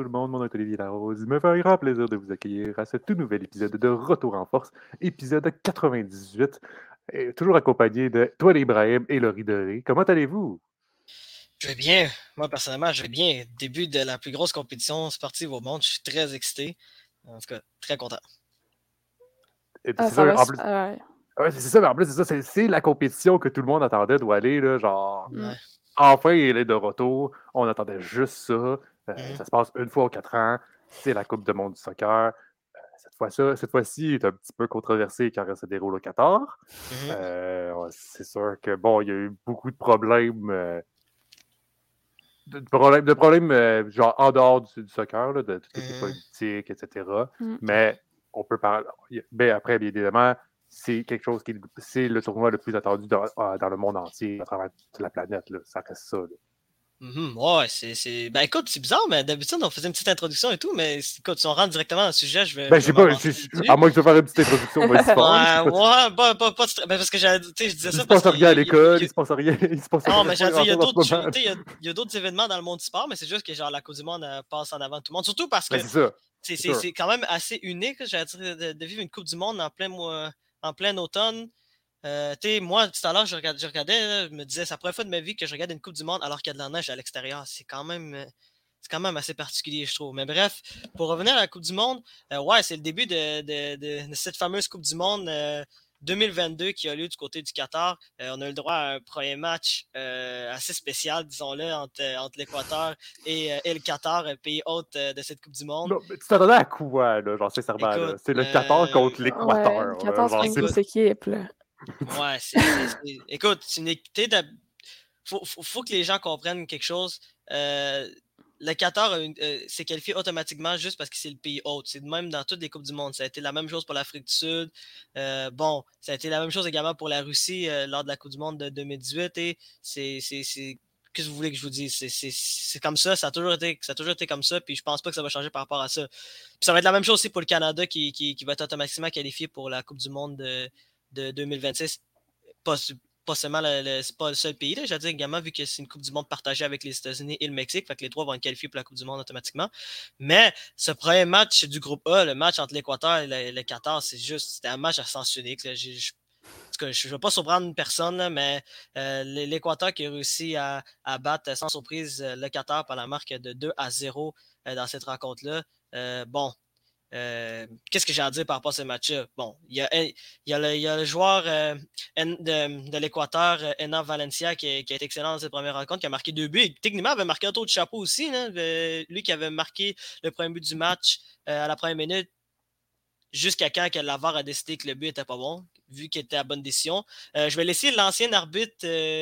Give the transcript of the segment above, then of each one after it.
le monde, mon nom est Olivier Larose. Il me fait un grand plaisir de vous accueillir à ce tout nouvel épisode de Retour en force, épisode 98, toujours accompagné de toi, Ibrahim et Laurie Doré. Comment allez-vous? Je vais bien. Moi, personnellement, je vais bien. Début de la plus grosse compétition sportive au monde. Je suis très excité. En tout cas, très content. C'est Ça ça, va en plus, super. ouais, c'est ça, mais en plus, c'est la compétition que tout le monde attendait doit aller, là, genre, Mm. Ouais. enfin, il est de retour. On attendait juste ça. Mhm. Ça se passe une fois aux 4 ans. C'est la Coupe du monde du soccer. Cette fois-ci, est un petit peu controversé car elle se déroule au Qatar. Mhm. Ouais, c'est sûr que, bon, il y a eu beaucoup de problèmes. De problèmes genre en dehors du soccer, là, de tout ce qui est Mhm. politique, etc. Mm. Mais on peut parler. Mais après, bien évidemment, c'est quelque chose qui c'est le tournoi le plus attendu dans le monde entier, à travers toute la planète. Là. Ça reste ça. Là. Mhm. Ouais, Ben écoute, c'est bizarre, mais d'habitude, on faisait une petite introduction et tout, mais écoute, si on rentre directement dans le sujet, je Ben, vais, je je vais sais pas, m'avancer dessus. à moins que tu veux faire une petite introduction, vas-y fort. Là, Ouais, ouais, pas de stress. Ben, parce que je disais il ça se parce passe qu'il rien à y l'école, a- il se passe rien, il se passe Non, pas mais j'allais dire, grand-chose en ce moment. Là. il y a d'autres événements dans le monde du sport, mais c'est juste que genre la Coupe du Monde passe en avant de tout le monde. Surtout parce que Ben, c'est ça, c'est sûr. c'est quand même assez unique, j'allais dire, de vivre une Coupe du Monde en plein automne. Moi, tout à l'heure, je regardais, là, je me disais, c'est la première fois de ma vie que je regarde une Coupe du Monde alors qu'il y a de la neige à l'extérieur. C'est quand même assez particulier, je trouve. Mais bref, pour revenir à la Coupe du Monde, ouais, c'est le début de cette fameuse Coupe du Monde 2022 qui a lieu du côté du Qatar. On a eu le droit à un premier match assez spécial, disons-le, entre l'Équateur et le Qatar, pays hôte de cette Coupe du Monde. Non, mais tu t'attendais à quoi, là, genre, sincèrement, là? Écoute, C'est le 14 contre Ouais, le l'Équateur, là. 14, c'est Genre, pas une c'est grosse équipe, là. ouais, écoute, c'est une équité de. Faut que les gens comprennent quelque chose. Le Qatar s'est qualifié automatiquement juste parce que c'est le pays hôte. C'est de même dans toutes les Coupes du Monde. Ça a été la même chose pour l'Afrique du Sud. Bon, ça a été la même chose également pour la Russie lors de la Coupe du Monde de 2018. Et qu'est-ce que vous voulez que je vous dise? C'est comme ça a toujours été comme ça. Puis je pense pas que ça va changer par rapport à ça. Puis ça va être la même chose aussi pour le Canada qui va être automatiquement qualifié pour la Coupe du Monde de 2026. Pas, pas seulement c'est pas le seul pays, là, j'allais dire également, vu que c'est une Coupe du Monde partagée avec les États-Unis et le Mexique, fait que les trois vont être qualifiés pour la Coupe du Monde automatiquement. Mais ce premier match du groupe A, le match entre l'Équateur et le Qatar, c'était un match à sens unique. Là. Je ne veux pas surprendre personne, là, mais l'Équateur qui a réussi à battre sans surprise le Qatar par la marque de 2-0 dans cette rencontre-là. Bon, qu'est-ce que j'ai à dire par rapport à ce match-là? Bon, il y a le joueur de l'Équateur, Enan Valencia, qui a été excellent dans cette première rencontre, qui a marqué 2 buts. Et techniquement, il avait marqué un tour de chapeau aussi. Là, lui qui avait marqué le premier but du match à la première minute, jusqu'à quand que la VAR a décidé que le but était pas bon, vu qu'il était à bonne décision. Je vais laisser l'ancien arbitre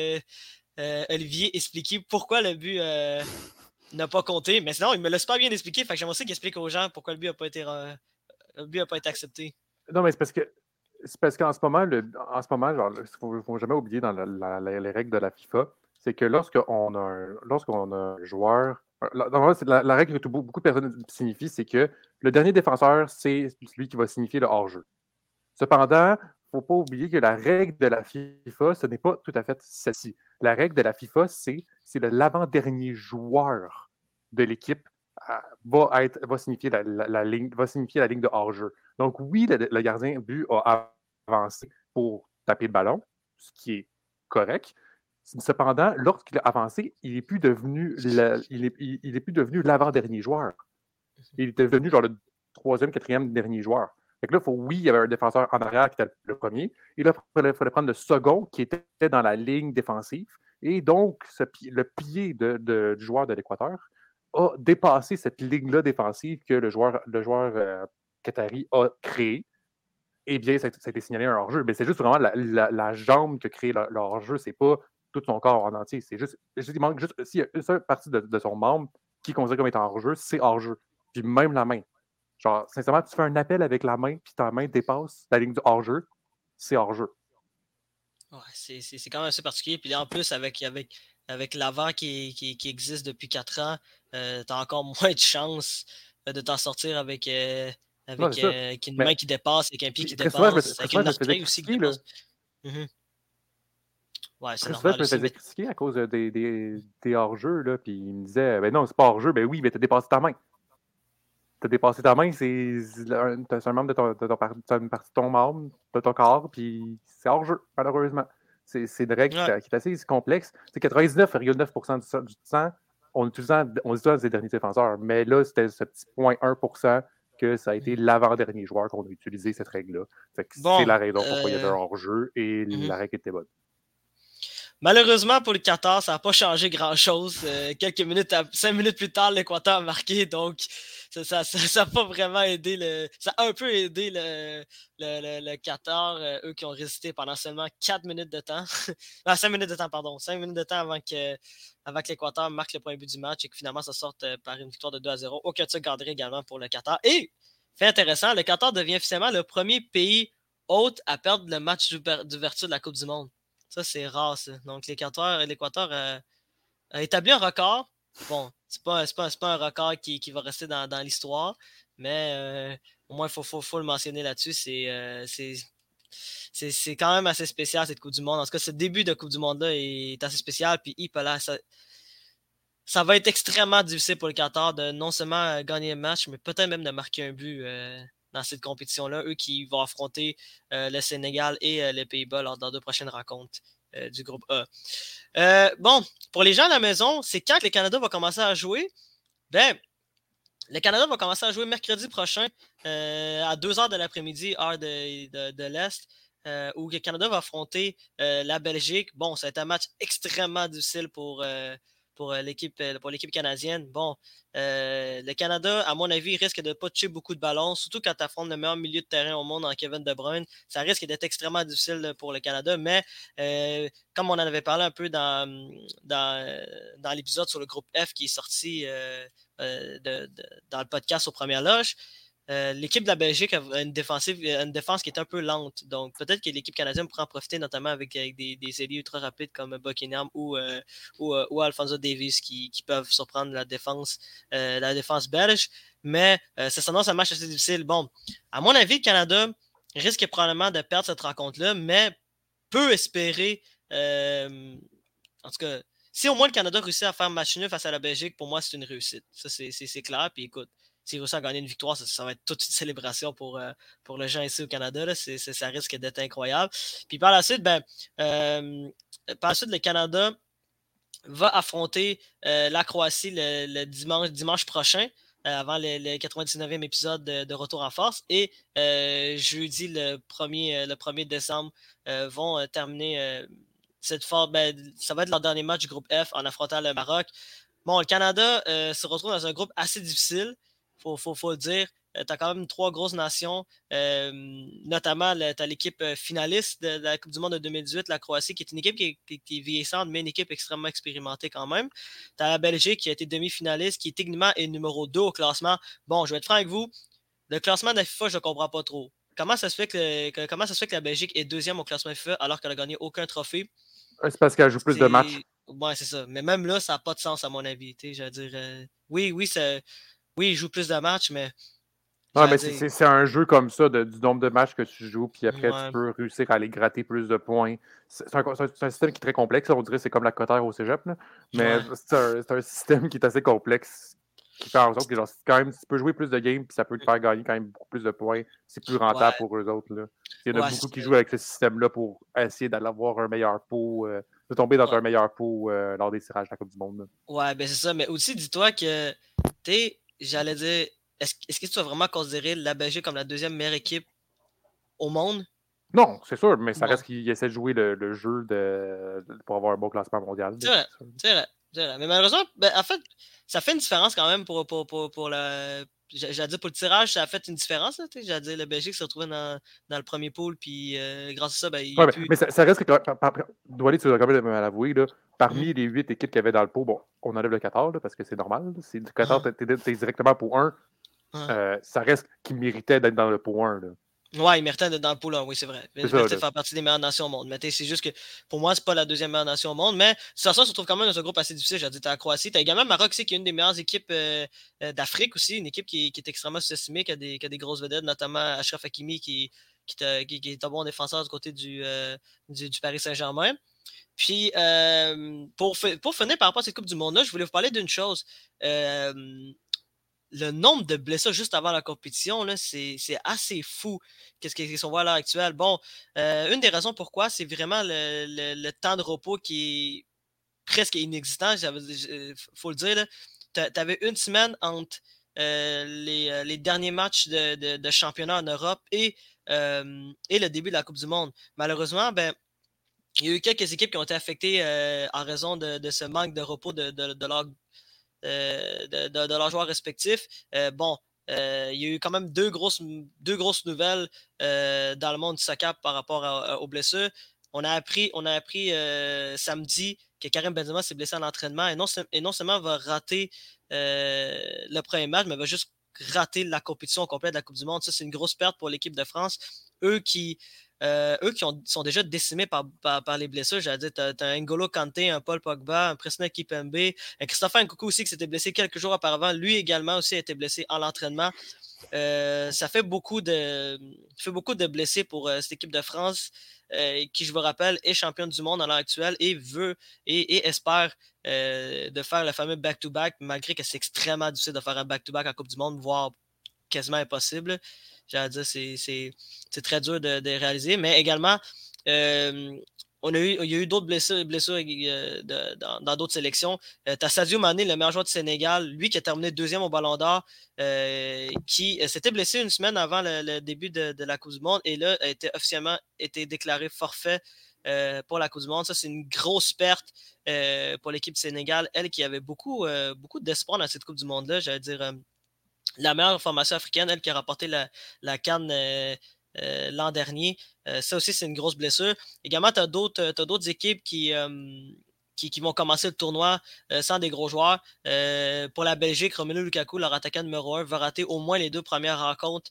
Olivier expliquer pourquoi le but n'a pas compté. Mais sinon, il me l'a super bien expliqué. Fait que j'aimerais aussi qu'il explique aux gens pourquoi le but n'a pas été accepté. Non, mais c'est parce qu'en ce moment, genre, il ne faut jamais oublier dans les règles de la FIFA, c'est que lorsqu'on a un joueur. Normalement, la règle que beaucoup de personnes signifient, c'est que le dernier défenseur, c'est celui qui va signifier le hors-jeu. Cependant, il ne faut pas oublier que la règle de la FIFA, ce n'est pas tout à fait celle-ci. La règle de la FIFA, c'est l'avant-dernier joueur de l'équipe va signifier va signifier la ligne de hors-jeu. Donc, oui, le gardien de but a avancé pour taper le ballon, ce qui est correct. Cependant, lorsqu'il a avancé, il n'est plus devenu l'avant-dernier joueur. Il est devenu genre le troisième, quatrième dernier joueur. Fait que là, oui, il y avait un défenseur en arrière qui était le premier. Et là, il fallait prendre le second qui était dans la ligne défensive. Et donc, le pied du joueur de l'Équateur a dépassé cette ligne-là défensive que le joueur qatari a créée. Eh bien, ça a été signalé un hors-jeu. Mais c'est juste vraiment la jambe qui a créé le hors-jeu. C'est pas tout son corps en entier. C'est juste, il manque juste, s'il y a une seule partie de son membre qui est considérée comme étant hors-jeu, c'est hors-jeu. Puis même la main. Genre, sincèrement, tu fais un appel avec la main, puis ta main dépasse la ligne du hors-jeu, c'est hors-jeu. Ouais, c'est quand même assez particulier. Puis en plus, avec l'avant qui existe depuis 4 ans, tu as encore moins de chances de t'en sortir Non, c'est ça. avec une main Mais qui dépasse, avec un pied qui très souvent, dépasse, avec je une me faisais orteil aussi qui critiquer, là. dépasse. Mhm. Ouais, c'est Très souvent, normal je me aussi. faisais Mais critiquer à cause des hors-jeux, là, puis ils me disaient, ben non, c'est pas hors-jeu, ben oui, mais t'as dépassé ta main. t'as dépassé ta main, c'est un membre c'est une partie de ton membre, de ton corps, puis c'est hors jeu, malheureusement. C'est une règle qui Ouais. est assez complexe. C'est 99,9% du temps, on utilise des derniers défenseurs. Mais là, c'était ce petit 0,1% que ça a été l'avant-dernier joueur qu'on a utilisé cette règle-là. C'est Bon. la raison pourquoi il y avait un hors-jeu et Mhm. la règle était bonne. Malheureusement pour le Qatar, ça n'a pas changé grand-chose. Quelques minutes, 5 minutes plus tard, l'Équateur a marqué, donc ça a pas vraiment aidé ça a un peu aidé le Qatar, eux qui ont résisté pendant seulement 4 minutes de temps. 5 minutes de temps, pardon. 5 minutes de temps avant que l'Équateur marque le premier but du match et que finalement ça sorte par une victoire de 2-0. Aucun tir gardé également pour le Qatar. Et, fait intéressant, le Qatar devient officiellement le premier pays hôte à perdre le match d'ouverture de la Coupe du Monde. Ça, c'est rare, ça. Donc, l'Équateur a établi un record. Bon, c'est pas un record qui va rester dans l'histoire, mais au moins, il faut le mentionner là-dessus. C'est quand même assez spécial, cette Coupe du Monde. En tout cas, ce début de Coupe du Monde-là est assez spécial. Puis, ça va être extrêmement difficile pour le Qatar de non seulement gagner le match, mais peut-être même de marquer un but dans cette compétition-là. Eux qui vont affronter le Sénégal et les Pays-Bas lors de 2 prochaines rencontres du groupe A. Bon, pour les gens à la maison, c'est quand que le Canada va commencer à jouer? Ben, le Canada va commencer à jouer mercredi prochain à 2h de l'après-midi, heure de l'Est, où le Canada va affronter la Belgique. Bon, ça va être un match extrêmement difficile pour l'équipe canadienne. Bon, le Canada, à mon avis, risque de ne pas toucher beaucoup de ballons, surtout quand tu affrontes le meilleur milieu de terrain au monde en Kevin De Bruyne. Ça risque d'être extrêmement difficile pour le Canada, mais comme on en avait parlé un peu dans l'épisode sur le groupe F qui est sorti dans le podcast aux premières loges, l'équipe de la Belgique a une défense qui est un peu lente. Donc, peut-être que l'équipe canadienne pourra en profiter, notamment avec des ailiers ultra rapides comme Buckingham ou Alphonso Davies qui peuvent surprendre la défense belge. Mais ça s'annonce un match assez difficile. Bon, à mon avis, le Canada risque probablement de perdre cette rencontre-là, mais peut espérer, en tout cas, si au moins le Canada réussit à faire match nul face à la Belgique, pour moi, c'est une réussite. Ça, c'est clair. Puis écoute, s'il réussit à gagner une victoire, ça va être toute une célébration pour les gens ici au Canada. Là. Ça risque d'être incroyable. Puis par la suite, le Canada va affronter la Croatie le dimanche prochain. Avant le 99e épisode de Retour en force. Et jeudi, le 1er décembre, vont terminer ça va être leur dernier match du groupe F en affrontant le Maroc. Bon, le Canada se retrouve dans un groupe assez difficile, faut le dire. Tu as quand même 3 grosses nations, notamment tu as l'équipe finaliste de la Coupe du Monde de 2018, la Croatie, qui est une équipe qui est vieillissante, mais une équipe extrêmement expérimentée quand même. Tu as la Belgique qui a été demi-finaliste, qui techniquement est numéro 2 au classement. Bon, je vais être franc avec vous, le classement de la FIFA, je ne comprends pas trop. Comment ça se fait que la Belgique est deuxième au classement FIFA alors qu'elle n'a gagné aucun trophée? C'est parce qu'elle joue plus de matchs. Ouais, c'est ça. Mais même là, ça n'a pas de sens à mon avis. Je veux dire, oui, il joue plus de matchs, mais Non, mais dire, c'est un jeu comme ça, du nombre de matchs que tu joues, puis après, tu ouais, peux réussir à aller gratter plus de points. C'est un système qui est très complexe. On dirait que c'est comme la cotère au cégep, là. Mais ouais, c'est un système qui est assez complexe, qui fait en sorte que genre, quand même, tu peux jouer plus de games, puis ça peut te faire gagner quand même beaucoup plus de points. C'est plus ouais, rentable pour eux autres. Là. Il y en a ouais, beaucoup qui jouent avec ce système-là pour essayer d'aller avoir un meilleur pot, de tomber dans ouais, un meilleur pot lors des tirages de la Coupe du Monde. Là. ouais, ben c'est ça. Mais aussi, dis-toi que, j'allais dire, est-ce que tu vas vraiment considérer la Belgique comme la deuxième meilleure équipe au monde? Non, c'est sûr, mais ça Bon, reste qu'ils essaient de jouer le jeu pour avoir un bon classement mondial. c'est vrai, c'est vrai, c'est vrai. Mais malheureusement, en fait, ça fait une différence quand même pour la. J'allais dire pour le tirage, ça a fait une différence. J'allais dire, la Belgique se retrouvait dans le premier pool, puis grâce à ça, il Ouais, a pu. mais ça reste que, Douali, tu dois quand même l'avouer, là, Mhm. parmi les 8 équipes qu'il y avait dans le pot, bon, on enlève le Qatar, là, parce que c'est normal. Là, si le Qatar, Uh-huh. t'es directement pour 1, Uh-huh. ça reste qu'il méritait d'être dans le pot 1. Là. Ouais, il méritait d'être dans le pool 1, oui, c'est vrai. C'est Il ça, méritait là. de faire partie des meilleures nations au monde. Mais c'est juste que pour moi, c'est pas la deuxième meilleure nation au monde. Mais de toute façon, on se retrouve quand même dans un groupe assez difficile. J'ai dit, t'as la Croatie. T'as également le Maroc aussi, qui est une des meilleures équipes d'Afrique aussi. Une équipe qui est extrêmement sous-estimée, qui a des grosses vedettes, notamment Achraf Hakimi, qui est un bon défenseur du côté du Paris Saint-Germain. Puis, pour finir par rapport à cette Coupe du Monde-là, je voulais vous parler d'une chose. le nombre de blessures juste avant la compétition, là, c'est assez fou. Qu'est-ce qu'on voit à l'heure actuelle? Bon, une des raisons pourquoi, c'est vraiment le temps de repos qui est presque inexistant. Il faut le dire, tu avais une semaine entre les derniers matchs de championnat en Europe et le début de la Coupe du Monde. Malheureusement, ben, il y a eu quelques équipes qui ont été affectées en raison de ce manque de repos de leurs joueurs respectifs. Bon, il y a eu quand même deux grosses nouvelles dans le monde du soccer par rapport aux blessures. On a appris samedi que Karim Benzema s'est blessé en entraînement et non seulement va rater le premier match, mais va juste rater la compétition complète de la Coupe du Monde. Ça, c'est une grosse perte pour l'équipe de France. Eux qui sont déjà décimés par les blessures. J'allais dire, tu as un N'Golo Kanté, un Paul Pogba, un Presnel Kipembe, un Christopher Nkunku aussi qui s'était blessé quelques jours auparavant. Lui également aussi a été blessé en l'entraînement. Ça fait beaucoup de blessés pour cette équipe de France qui, je vous rappelle, est championne du monde à l'heure actuelle et veut et espère de faire le fameux back-to-back, malgré que c'est extrêmement difficile de faire un back-to-back en Coupe du Monde, voire quasiment impossible. J'allais dire, c'est très dur de réaliser, mais également, il y a eu d'autres blessures dans d'autres sélections. Tu as Sadio Mané, le meilleur joueur du Sénégal, lui qui a terminé deuxième au Ballon d'Or, qui s'était blessé une semaine avant le début de la Coupe du Monde et là a été officiellement été déclaré forfait pour la Coupe du Monde. Ça, c'est une grosse perte pour l'équipe du Sénégal. Elle qui avait beaucoup d'espoir dans cette Coupe du Monde-là. J'allais dire la meilleure formation africaine, elle qui a remporté la CAN l'an dernier. Ça aussi, c'est une grosse blessure. Également, tu as d'autres équipes qui vont commencer le tournoi sans des gros joueurs. Pour la Belgique, Romelu Lukaku, leur attaquant numéro 1, va rater au moins les 2 premières rencontres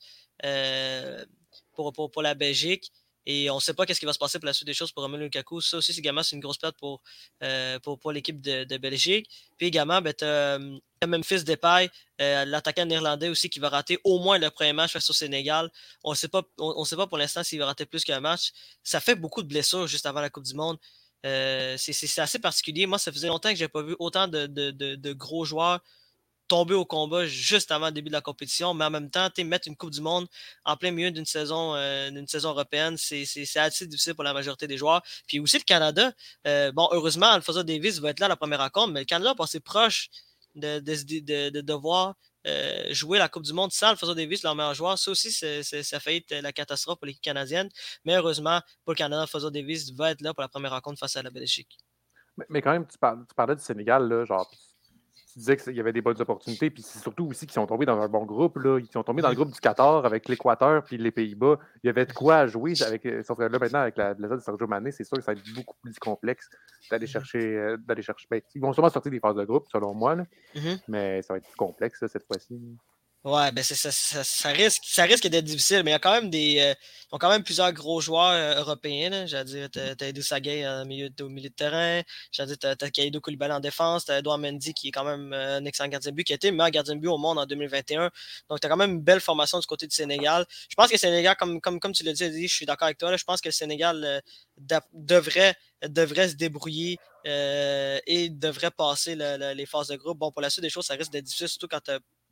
pour la Belgique. Et on ne sait pas ce qui va se passer pour la suite des choses pour Romelu Lukaku. Ça aussi, également, c'est une grosse perte pour l'équipe de Belgique. Puis également, ben, tu as Memphis Depay, l'attaquant néerlandais aussi qui va rater au moins le premier match face au Sénégal. On ne sait pas pour l'instant s'il va rater plus qu'un match. Ça fait beaucoup de blessures juste avant la Coupe du Monde. C'est assez particulier. Moi, ça faisait longtemps que je n'ai pas vu autant de gros joueurs tomber au combat juste avant le début de la compétition, mais en même temps, mettre une Coupe du Monde en plein milieu d'une saison européenne, c'est assez difficile pour la majorité des joueurs. Puis aussi le Canada, bon, heureusement, Alphonso Davies va être là à la première rencontre, mais le Canada a passé proche de devoir jouer la Coupe du Monde sans Alphonso Davies, leur meilleur joueur. Ça aussi, ça a failli être la catastrophe pour l'équipe canadienne. Mais heureusement, pour le Canada, Alphonso Davies va être là pour la première rencontre face à la Belgique. Mais quand même, tu parlais du Sénégal, là, genre, tu disais qu'il y avait des bonnes opportunités, puis c'est surtout aussi qu'ils sont tombés dans un bon groupe. Là. Ils sont tombés dans le groupe du Qatar avec l'Équateur puis les Pays-Bas. Il y avait de quoi à jouer, sauf que là, maintenant, avec la blessure de Sergio Mané, c'est sûr que ça va être beaucoup plus complexe d'aller chercher. Ben, ils vont sûrement sortir des phases de groupe, selon moi, là, mais ça va être plus complexe là, cette fois-ci. Ouais, ben ça risque d'être difficile, mais il y a quand même ils ont quand même plusieurs gros joueurs européens. J'allais dire, t'as Edou Saguet au milieu de terrain, j'allais dire, t'as Kalidou Koulibaly en défense, t'as Edouard Mendy qui est quand même un excellent gardien de but, qui a été le meilleur gardien de but au monde en 2021. Donc t'as quand même une belle formation du côté du Sénégal. Je pense que le Sénégal, comme tu l'as dit, je suis d'accord avec toi, là, je pense que le Sénégal devrait se débrouiller et devrait passer les phases de groupe. Bon, pour la suite des choses, ça risque d'être difficile, surtout quand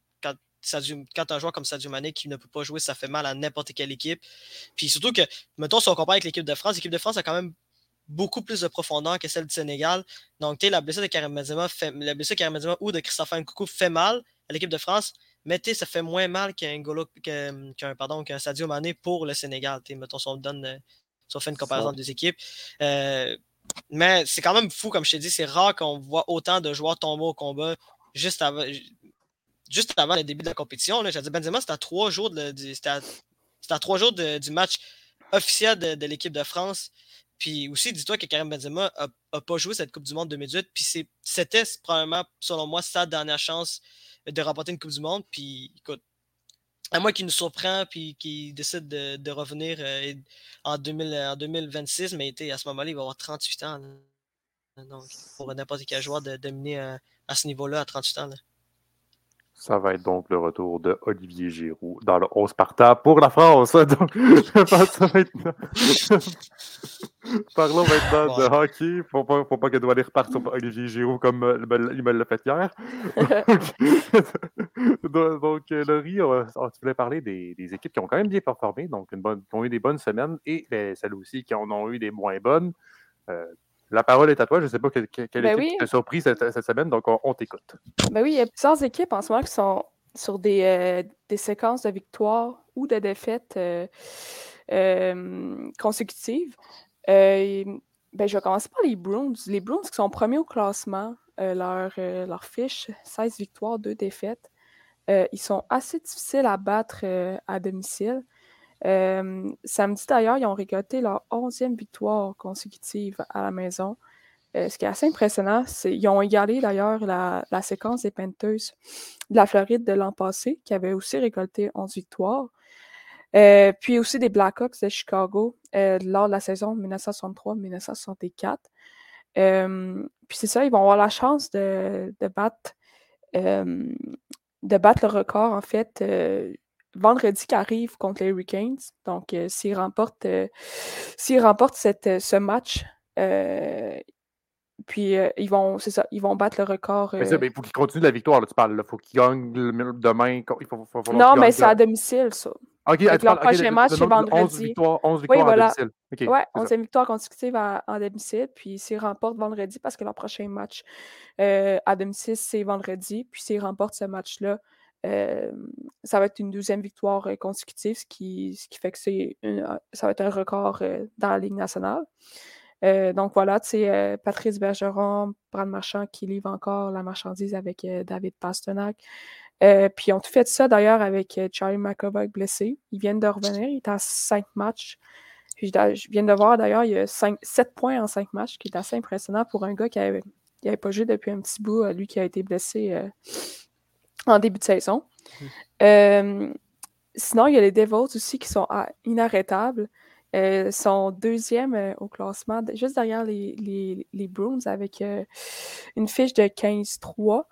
un joueur comme Sadio Mané qui ne peut pas jouer, ça fait mal à n'importe quelle équipe. Puis surtout que, mettons, si on compare avec l'équipe de France a quand même beaucoup plus de profondeur que celle du Sénégal. Donc, la blessure de Karim Benzema ou de Christopher Nkunku fait mal à l'équipe de France, mais ça fait moins mal qu'un Sadio Mané pour le Sénégal. Mettons, si on fait une comparaison des équipes. Mais c'est quand même fou, comme je t'ai dit, c'est rare qu'on voit autant de joueurs tomber au combat juste avant le début de la compétition. Là, Benzema, c'était à 3 jours, du match officiel de l'équipe de France. Puis aussi, dis-toi que Karim Benzema n'a pas joué cette Coupe du Monde 2018. Puis c'était probablement, selon moi, sa dernière chance de remporter une Coupe du Monde. Puis écoute, à moins qu'il nous surprend puis qu'il décide de revenir en 2026, mais à ce moment-là, il va avoir 38 ans. Là. Donc, pour n'importe quel joueur de dominer à ce niveau-là à 38 ans. Là. Ça va être donc le retour de Olivier Giroud dans le 11 partant pour la France. Donc, ça va être... Parlons maintenant de hockey. Faut pas que Douanier reparte sur Olivier Giroud comme il me l'a fait hier. Donc, Laurie, tu voulais parler des équipes qui ont quand même bien performé, donc qui ont eu des bonnes semaines, et celles aussi qui en ont eu des moins bonnes. La parole est à toi. Je ne sais pas quelle équipe t'a surpris cette semaine, donc on t'écoute. Ben oui, il y a plusieurs équipes en ce moment qui sont sur des séquences de victoires ou de défaites consécutives. Je vais commencer par les Bruins. Les Bruins qui sont premiers au classement, leur fiche, 16 victoires, 2 défaites. Ils sont assez difficiles à battre à domicile. Samedi, d'ailleurs, ils ont récolté leur 11e victoire consécutive à la maison. Ce qui est assez impressionnant, ils ont égalé d'ailleurs la séquence des Panthers de la Floride de l'an passé, qui avait aussi récolté 11 victoires. Puis aussi des Blackhawks de Chicago lors de la saison 1963-1964. Puis c'est ça, ils vont avoir la chance de battre le record, en fait, vendredi qui arrive contre les Hurricanes. Donc, s'ils remportent ce match, puis ils vont battre le record. Mais il faut qu'ils continuent la victoire, là, tu parles. Il faut qu'ils gagnent demain. Non, mais c'est à domicile, ça. OK, leur prochain match, c'est vendredi. 11 victoires à domicile. Okay, oui, 11e victoire consécutive en domicile. Puis s'ils remportent vendredi, parce que leur prochain match à domicile, c'est vendredi. Puis s'ils remportent ce match-là, ça va être une 12e victoire consécutive, ce qui fait que ça va être un record dans la Ligue nationale. Donc voilà, tu sais, Patrice Bergeron, Brad Marchand qui livre encore la marchandise avec David Pastrnak. Puis ils ont tout fait ça d'ailleurs avec Charlie McAvoy blessé. Ils viennent de revenir, il est à 5 matchs. Puis, je viens de voir d'ailleurs, il y a 7 points en 5 matchs, qui est assez impressionnant pour un gars qui n'avait pas joué depuis un petit bout, lui qui a été blessé en début de saison. Sinon, il y a les Devils aussi qui sont inarrêtables. Sont deuxième au classement, juste derrière les Bruins avec une fiche de 15-3.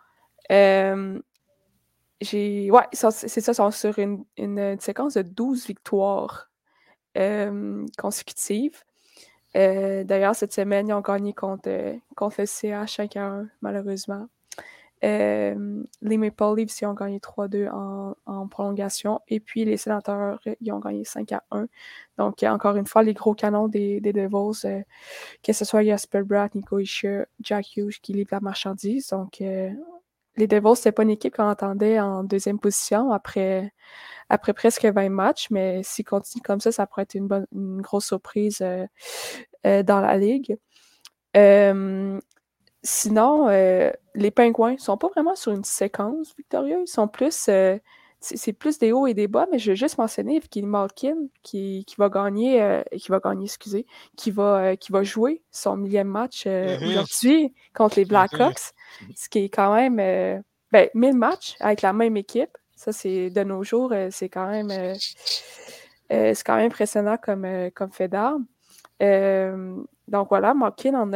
C'est ça, ils sont sur une séquence de 12 victoires consécutives. D'ailleurs, cette semaine, ils ont gagné contre le CH 5-1, malheureusement. Les Maple Leafs, ils ont gagné 3-2 en prolongation. Et puis, les Sénateurs, ils ont gagné 5-1. Donc, encore une fois, les gros canons des Devils, que ce soit Jasper Bratt, Nico Hischier, Jack Hughes qui livrent la marchandise. Donc, les Devils, c'était pas une équipe qu'on entendait en deuxième position après presque 20 matchs, mais s'ils continuent comme ça pourrait être une grosse surprise dans la Ligue. Sinon, les Pingouins sont pas vraiment sur une séquence victorieuse. Ils sont plus... c'est plus des hauts et des bas, mais je vais juste mentionner Evgeny Malkin qui va jouer son 1000e match aujourd'hui contre les Blackhawks, ce qui est quand même 1000 matchs avec la même équipe. Ça, c'est de nos jours, c'est quand même impressionnant comme fait d'armes. Donc voilà, Malkin en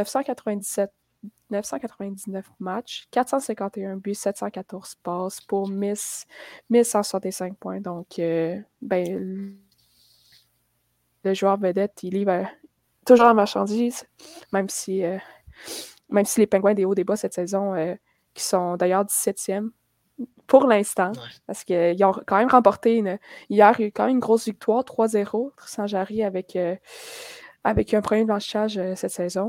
999 matchs, 451 buts, 714 passes pour 1165 points. Donc, le joueur vedette, il livre toujours la marchandise, même si les Pingouins des hauts des bas cette saison, qui sont d'ailleurs 17e pour l'instant, parce qu'ils ont quand même remporté hier, il y a eu quand même une grosse victoire, 3-0, sans Jarry avec un premier blanchissage cette saison.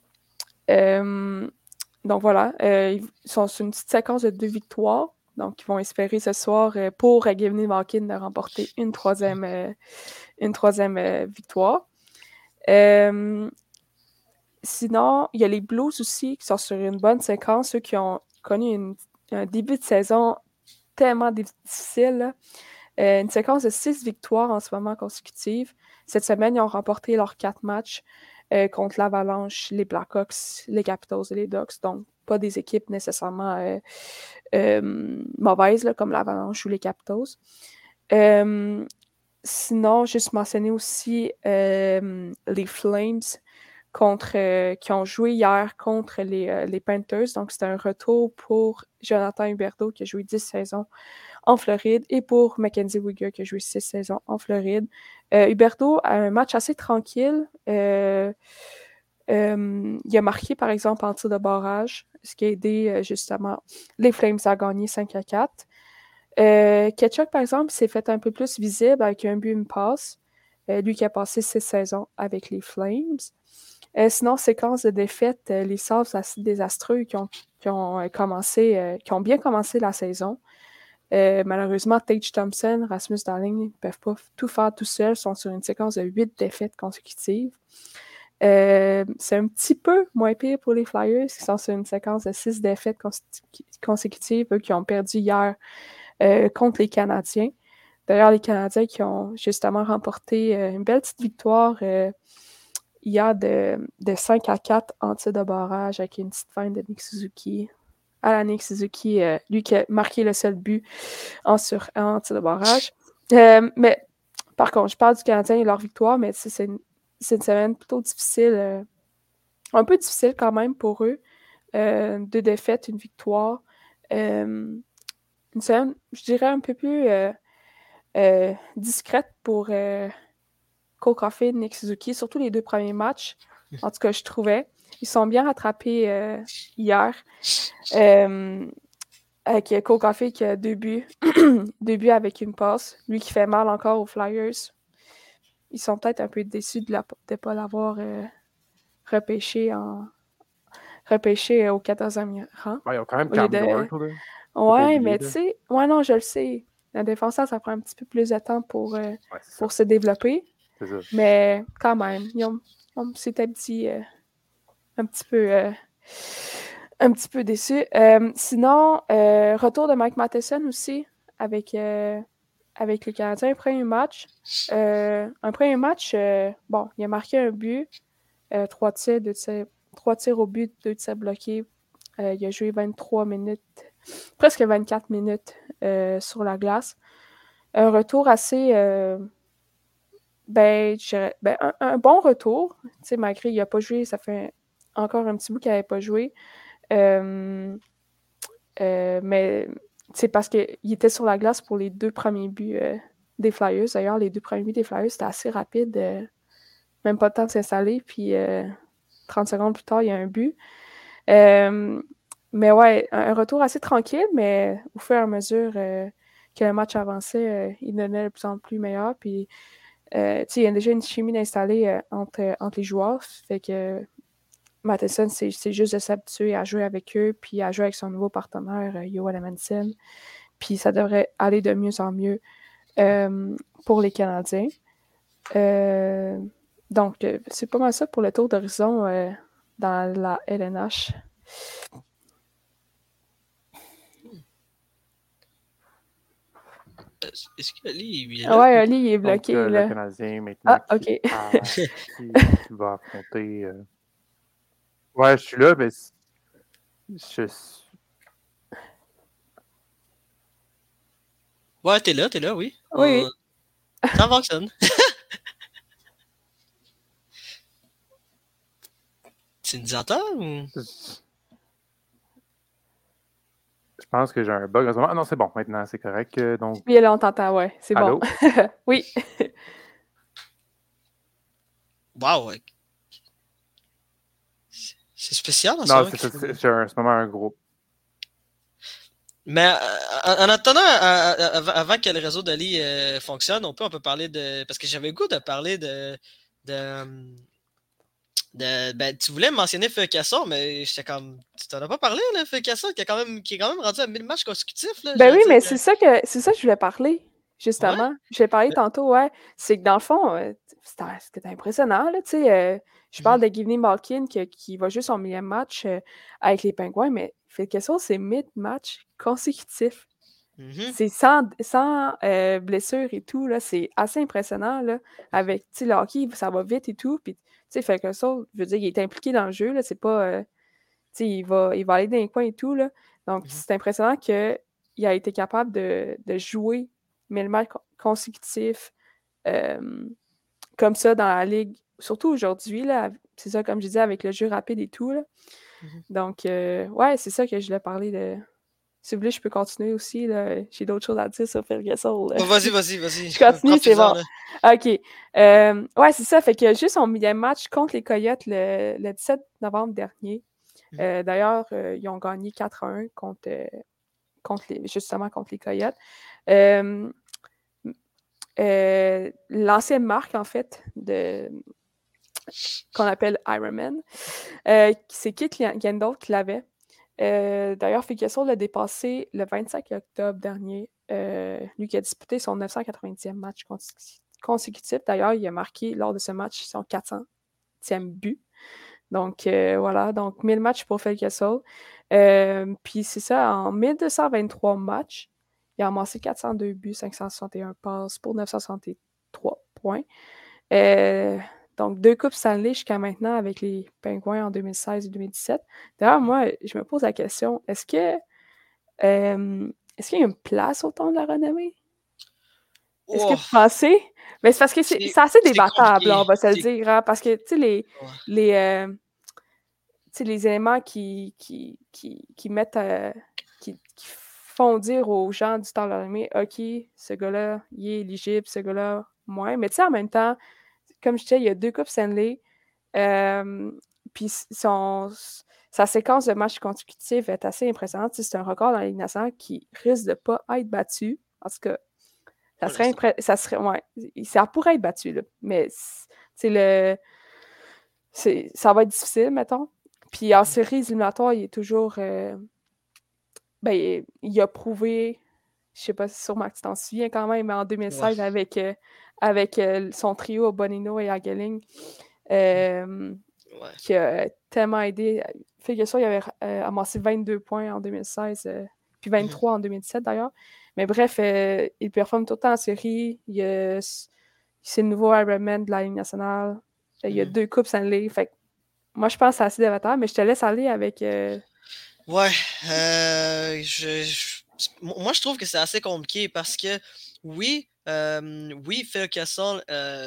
Donc voilà, ils sont sur une petite séquence de 2 victoires. Donc, ils vont espérer ce soir pour Evgeny Malkin de remporter une troisième victoire. Sinon, il y a les Blues aussi qui sont sur une bonne séquence, ceux qui ont connu un début de saison tellement difficile. Une séquence de 6 victoires en ce moment consécutives. Cette semaine, ils ont remporté leurs 4 matchs contre l'Avalanche, les Blackhawks, les Capitals et les Ducks. Donc, pas des équipes nécessairement mauvaises là, comme l'Avalanche ou les Capitals. Sinon, juste mentionner aussi les Flames qui ont joué hier contre les Panthers. Donc, c'est un retour pour Jonathan Huberdeau qui a joué 10 saisons en Floride et pour Mackenzie Weegar qui a joué 6 saisons en Floride. Huberdeau a un match assez tranquille. Il a marqué, par exemple, en tir de barrage, ce qui a aidé justement les Flames à gagner 5-4. Ketchuk, par exemple, s'est fait un peu plus visible avec un but, une passe. Lui qui a passé 6 saisons avec les Flames. Sinon, séquence de défaites, les Sabres assez désastreux qui ont bien commencé la saison. Malheureusement, Tage Thompson, Rasmus Dahlin ne peuvent pas tout faire tout seuls, sont sur une séquence de 8 défaites consécutives. C'est un petit peu moins pire pour les Flyers, qui sont sur une séquence de 6 défaites consécutives, eux qui ont perdu hier contre les Canadiens. D'ailleurs, les Canadiens qui ont justement remporté une belle petite victoire hier de 5-4 en tir de barrage avec une petite fin de Nick Suzuki. Nick Suzuki, lui qui a marqué le seul but en tir de barrage. Mais par contre, je parle du Canadien et leur victoire, mais c'est une semaine plutôt difficile. Un peu difficile quand même pour eux. 2 défaites, une victoire. Une semaine, je dirais, un peu plus discrète pour Cole Caulfield, Nick Suzuki, surtout les 2 premiers matchs. En tout cas, je trouvais. Ils sont bien rattrapés hier. Avec Cole Caulfield qui a 2 buts. 2 buts avec une passe. Lui qui fait mal encore aux Flyers. Ils sont peut-être un peu déçus de ne pas l'avoir repêché au 14e rang. Ouais, ils ont quand même Cam York. Ouais, mais tu sais, non, je le sais. Un défenseur, ça prend un petit peu plus de temps pour se développer. C'est ça. Mais quand même, c'est un petit peu déçu. Sinon, retour de Mike Matheson aussi avec les Canadiens. Un premier match, bon, il a marqué un but, 3 tirs au but, 2 tirs bloqués. Il a joué 23 minutes, presque 24 minutes sur la glace. Un retour assez... un bon retour. Tu sais, malgré qu'il n'a pas joué, ça fait encore un petit bout qu'il n'avait pas joué. Mais c'est parce qu'il était sur la glace pour les 2 premiers buts des Flyers. D'ailleurs, les 2 premiers buts des Flyers, c'était assez rapide. Même pas le temps de s'installer. Puis 30 secondes plus tard, il y a un but. Mais ouais, un retour assez tranquille, mais au fur et à mesure que le match avançait, il devenait de plus en plus meilleur. Puis il y a déjà une chimie installée entre les joueurs. Fait que Matheson, c'est juste de s'habituer à jouer avec eux, puis à jouer avec son nouveau partenaire, Joel Edmondson. Puis ça devrait aller de mieux en mieux pour les Canadiens. Donc, c'est pas mal ça pour le tour d'horizon dans la LNH. Est-ce que Ali, il est là? Ouais, Ali, il est bloqué. Donc, là. le Canadien, maintenant, OK. qui va affronter... Ouais, je suis là, mais... Ouais, t'es là, oui. Oui. Ça fonctionne. Tu nous entends ou... Je pense que j'ai un bug en ce moment. Ah non, c'est bon, maintenant, c'est correct. Donc... Oui, là, on t'entend, ouais. C'est Allô? bon. Oui. Wow, ouais. C'est spécial, non, ça. C'est en ce moment un groupe. Mais en attendant, avant que le réseau d'Ali fonctionne, on peut parler de... Parce que j'avais le goût de parler ben, tu voulais mentionner Feu Casson, mais j'étais comme... Tu t'en as pas parlé, là, Feu Casson, qui est quand même rendu à 1000 matchs consécutifs. Là, Ben oui, mais c'est ça que je voulais parler, justement. Ouais? Je l'ai parlé tantôt, ouais. C'est que dans le fond, c'était impressionnant, là, tu sais. Je parle de Givney Malkin qui va jouer son 1000e match avec les Pingouins, mais Phil Kessel, c'est 1000 matchs consécutifs. C'est sans blessure et tout, là. C'est assez impressionnant, là. Avec, tu sais, le hockey, ça va vite et tout. Puis, tu sais, Phil Kessel, je veux dire, il est impliqué dans le jeu, là. C'est pas... tu sais, il va aller dans les coins et tout, là. Donc, c'est impressionnant qu'il a été capable de jouer 1000 matchs consécutifs comme ça dans la Ligue surtout aujourd'hui, là, c'est ça, comme je disais, avec le jeu rapide et tout. Là. Donc, ouais, c'est ça que je voulais parler de. Si vous voulez, je peux continuer aussi. Là. J'ai d'autres choses à dire sur Phil Kessel. Vas-y. Je continue, c'est Profite-en, bon. là. OK. Ouais, c'est ça. Fait que juste son millième match contre les Coyotes le 17 novembre dernier. D'ailleurs, ils ont gagné 4-1 justement contre les Coyotes. L'ancienne marque, en fait, qu'on appelle Ironman, c'est Kit Gendall qui l'avait. D'ailleurs, Phil Kessel l'a dépassé le 25 octobre dernier. Lui qui a disputé son 990e match consécutif. D'ailleurs, il a marqué lors de ce match son 400e but. Donc, voilà. Donc, 1000 matchs pour Phil Kessel. Puis, c'est ça, en 1223 matchs, il a amassé 402 buts, 561 passes pour 963 points. Donc, 2 Coupes Stanley jusqu'à maintenant avec les Pingouins en 2016 et 2017. D'ailleurs, moi, je me pose la question, est-ce qu'il y a une place au temps de la renommée? Est-ce que vous pensez? Mais c'est parce que c'est assez débattable, on va se le dire. Hein, parce que, tu sais, les éléments qui mettent... qui font dire aux gens du temps de la renommée, OK, ce gars-là, il est éligible, ce gars-là, moins. Mais tu sais, en même temps, comme je disais, il y a 2 Coupes Stanley. Puis sa séquence de matchs consécutifs est assez impressionnante. C'est un record dans la Ligue nationale qui risque de ne pas être battu. En tout cas, ça pourrait être battu, là. Mais ça va être difficile, mettons. Puis en séries éliminatoires, il est toujours... il a prouvé, je sais pas si sûrement que tu t'en souviens quand même, mais en 2016, avec son trio Bonino et Hagelin, qui a tellement aidé. Fait que ça, il avait amassé 22 points en 2016, puis 23 en 2017 d'ailleurs. Mais bref, il performe tout le temps en série. C'est le nouveau Ironman de la Ligue nationale. Il y a 2 Coupes Stanley. Fait que moi, je pense que c'est assez débatable, mais je te laisse aller avec... Ouais, moi je trouve que c'est assez compliqué parce que oui, Phil Kessel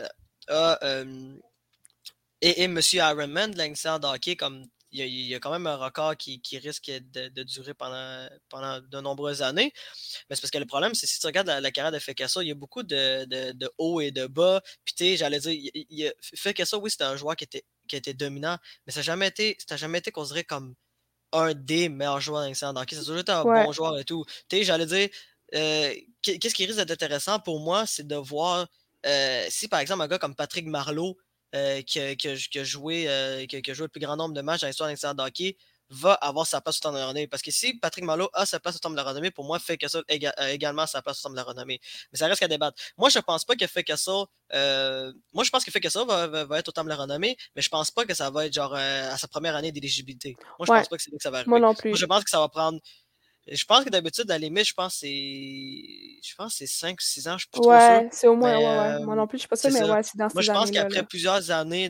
et Monsieur Ironman de l'Angleterre de hockey, comme il y a quand même un record qui risque de durer pendant de nombreuses années. Mais c'est parce que le problème, c'est si tu regardes la carrière de Phil Kessel, il y a beaucoup de hauts et de bas. Puis tu sais, j'allais dire, Phil Kessel, oui, c'était un joueur qui était dominant, mais ça n'a jamais été considéré comme un des meilleurs joueurs d'Alexandre Hockey. C'est toujours été un bon joueur et tout. Tu sais, j'allais dire, qu'est-ce qui risque d'être intéressant pour moi, c'est de voir si par exemple un gars comme Patrick Marleau, qui a joué le plus grand nombre de matchs dans l'histoire d'Alexandre Hockey, va avoir sa place au temps de la renommée. Parce que si Patrick Marleau a sa place au temps de la renommée, pour moi, Phil Kessel a également sa place au temps de la renommée. Mais ça reste qu'à débattre. Moi, je pense pas que Phil Kessel. Moi, je pense que Phil Kessel va être au temps de la renommée, mais je pense pas que ça va être genre à sa première année d'éligibilité. Moi, je pense pas que c'est là que ça va arriver. Moi non plus. Moi, je pense que ça va prendre. Je pense que d'habitude, à la limite, je pense que c'est 5 ou 6 ans, je suis plus trop sûr. Ouais, c'est au moins, ouais. Moi non plus, je suis pas sûre, mais ouais, c'est dans moi, ces je pense années-là. qu'après plusieurs années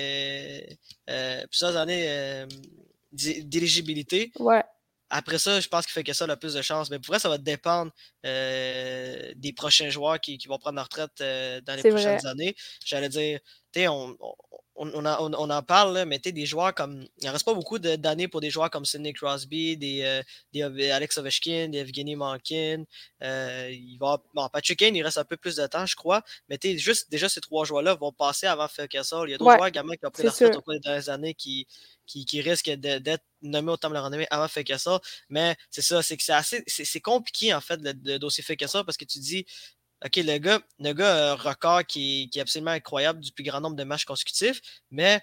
d'éligibilité, après ça, je pense qu'il fait que ça a plus de chance. Mais pour vrai, ça va dépendre des prochains joueurs qui vont prendre leur retraite dans les prochaines années. J'allais dire, tu sais, on en parle, là, mais tu sais, des joueurs comme. Il ne reste pas beaucoup d'années pour des joueurs comme Sidney Crosby, des Alex Ovechkin, des Evgeny Malkin. Patrick Kane, il reste un peu plus de temps, je crois. Mais tu sais, juste déjà, ces 3 joueurs-là vont passer avant Phil Kessel. Il y a d'autres joueurs également qui ont pris la retraite au cours des dernières années qui risquent d'être nommés au temps de la renommée avant Phil Kessel. Mais c'est ça, c'est compliqué en fait le dossier Phil Kessel parce que tu dis OK, le gars a un record qui est absolument incroyable du plus grand nombre de matchs consécutifs, mais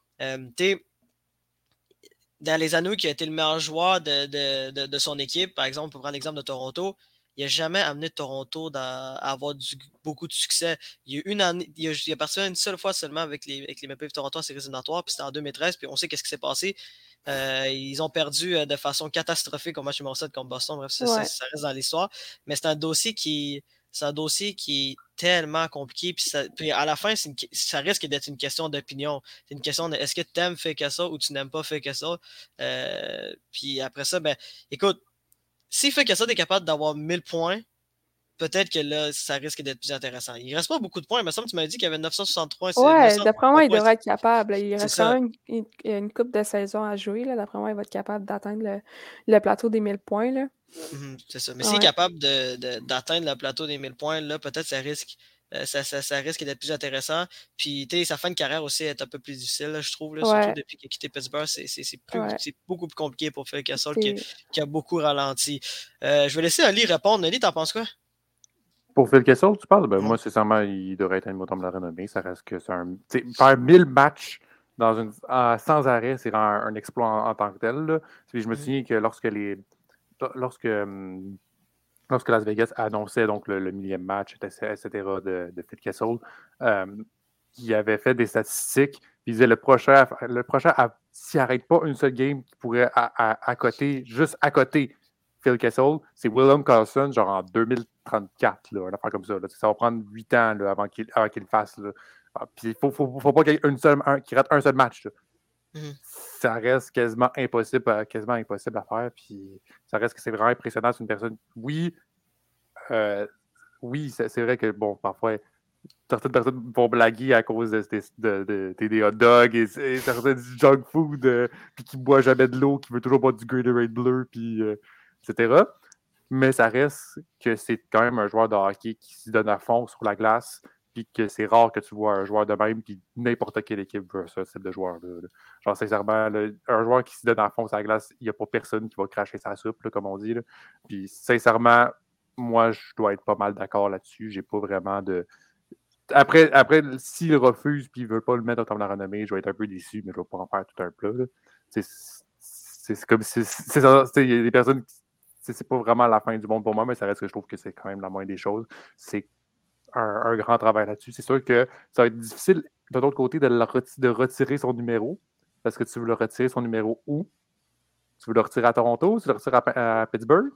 dans les années où il a été le meilleur joueur de son équipe, par exemple, pour prendre l'exemple de Toronto, il n'a jamais amené Toronto à avoir beaucoup de succès. Il y a une année, il a participé une seule fois seulement avec les Maple Leafs de Toronto en séries éliminatoires, puis c'était en 2013, puis on sait qu'est-ce qui s'est passé. Ils ont perdu de façon catastrophique au match numéro 7 contre Boston. Bref, ça reste dans l'histoire. Mais c'est un dossier qui est tellement compliqué. Puis à la fin, ça risque d'être une question d'opinion. C'est une question de est-ce que tu aimes Phil Kessel ou tu n'aimes pas Phil Kessel. Puis après ça, écoute, si Phil Kessel est capable d'avoir 1000 points peut-être que là, ça risque d'être plus intéressant. Il reste pas beaucoup de points. Il me semble que tu m'as dit qu'il y avait 963. Ouais, d'après moi, il points. devrait être capable. Il C'est reste ça. quand même une couple de saisons à jouer. Là. D'après moi, il va être capable d'atteindre le plateau des 1000 points. Là. C'est ça. Mais s'il est capable d'atteindre le plateau des 1000 points, là, peut-être ça risque d'être plus intéressant. Puis, sa fin de carrière aussi est un peu plus difficile, là, je trouve. Là, surtout depuis qu'il a quitté Pittsburgh, c'est beaucoup plus compliqué pour Phil Kessel qui a beaucoup ralenti. Je vais laisser Ali répondre. Ali, t'en penses quoi? Pour Phil Kessel, tu parles? Ben, moi, sincèrement, il devrait être un mot de la renommée. Ça reste que c'est faire 1000 matchs sans arrêt, c'est un exploit en tant que tel. Là. Puis je me souviens que lorsque Las Vegas annonçait donc le 1000e match, etc., de Phil Kessel, il avait fait des statistiques. Puis il disait le prochain s'il n'arrête pas une seule game qui pourrait juste à côté Phil Kessel, c'est William Karlsson, genre en 2034, là, une affaire comme ça. Là. Ça va prendre 8 ans là, avant qu'il le fasse. Là. Puis il ne faut pas qu'il y ait qu'il rate un seul match. Là. Ça reste quasiment impossible à faire. Puis ça reste que c'est vraiment impressionnant. C'est une personne. Oui, c'est vrai que bon, parfois, certaines personnes vont blaguer à cause des hot dogs et certains du junk food, puis qui ne boit jamais de l'eau, qui veut toujours boire du Gatorade bleu, puis etc. Mais ça reste que c'est quand même un joueur de hockey qui se donne à fond sur la glace, puis que c'est rare que tu vois un joueur de même, puis n'importe quelle équipe veut ce type de joueur-là. Là. Genre, sincèrement, là, un joueur qui se donne à fond sur la glace, il n'y a pas personne qui va cracher sa soupe, là, comme on dit. Là. Puis, sincèrement, moi, je dois être pas mal d'accord là-dessus. J'ai pas vraiment de... Après s'il refuse puis il veut pas le mettre dans la renommée, je vais être un peu déçu, mais je vais pas en faire tout un plat. Là. C'est comme si... Il y a des personnes... C'est pas vraiment la fin du monde pour moi, mais ça reste que je trouve que c'est quand même la moindre des choses. C'est un grand travail là-dessus. C'est sûr que ça va être difficile, de l'autre côté, de retirer son numéro. Parce que tu veux le retirer son numéro où? Tu veux le retirer à Toronto? Tu veux le retirer à Pittsburgh?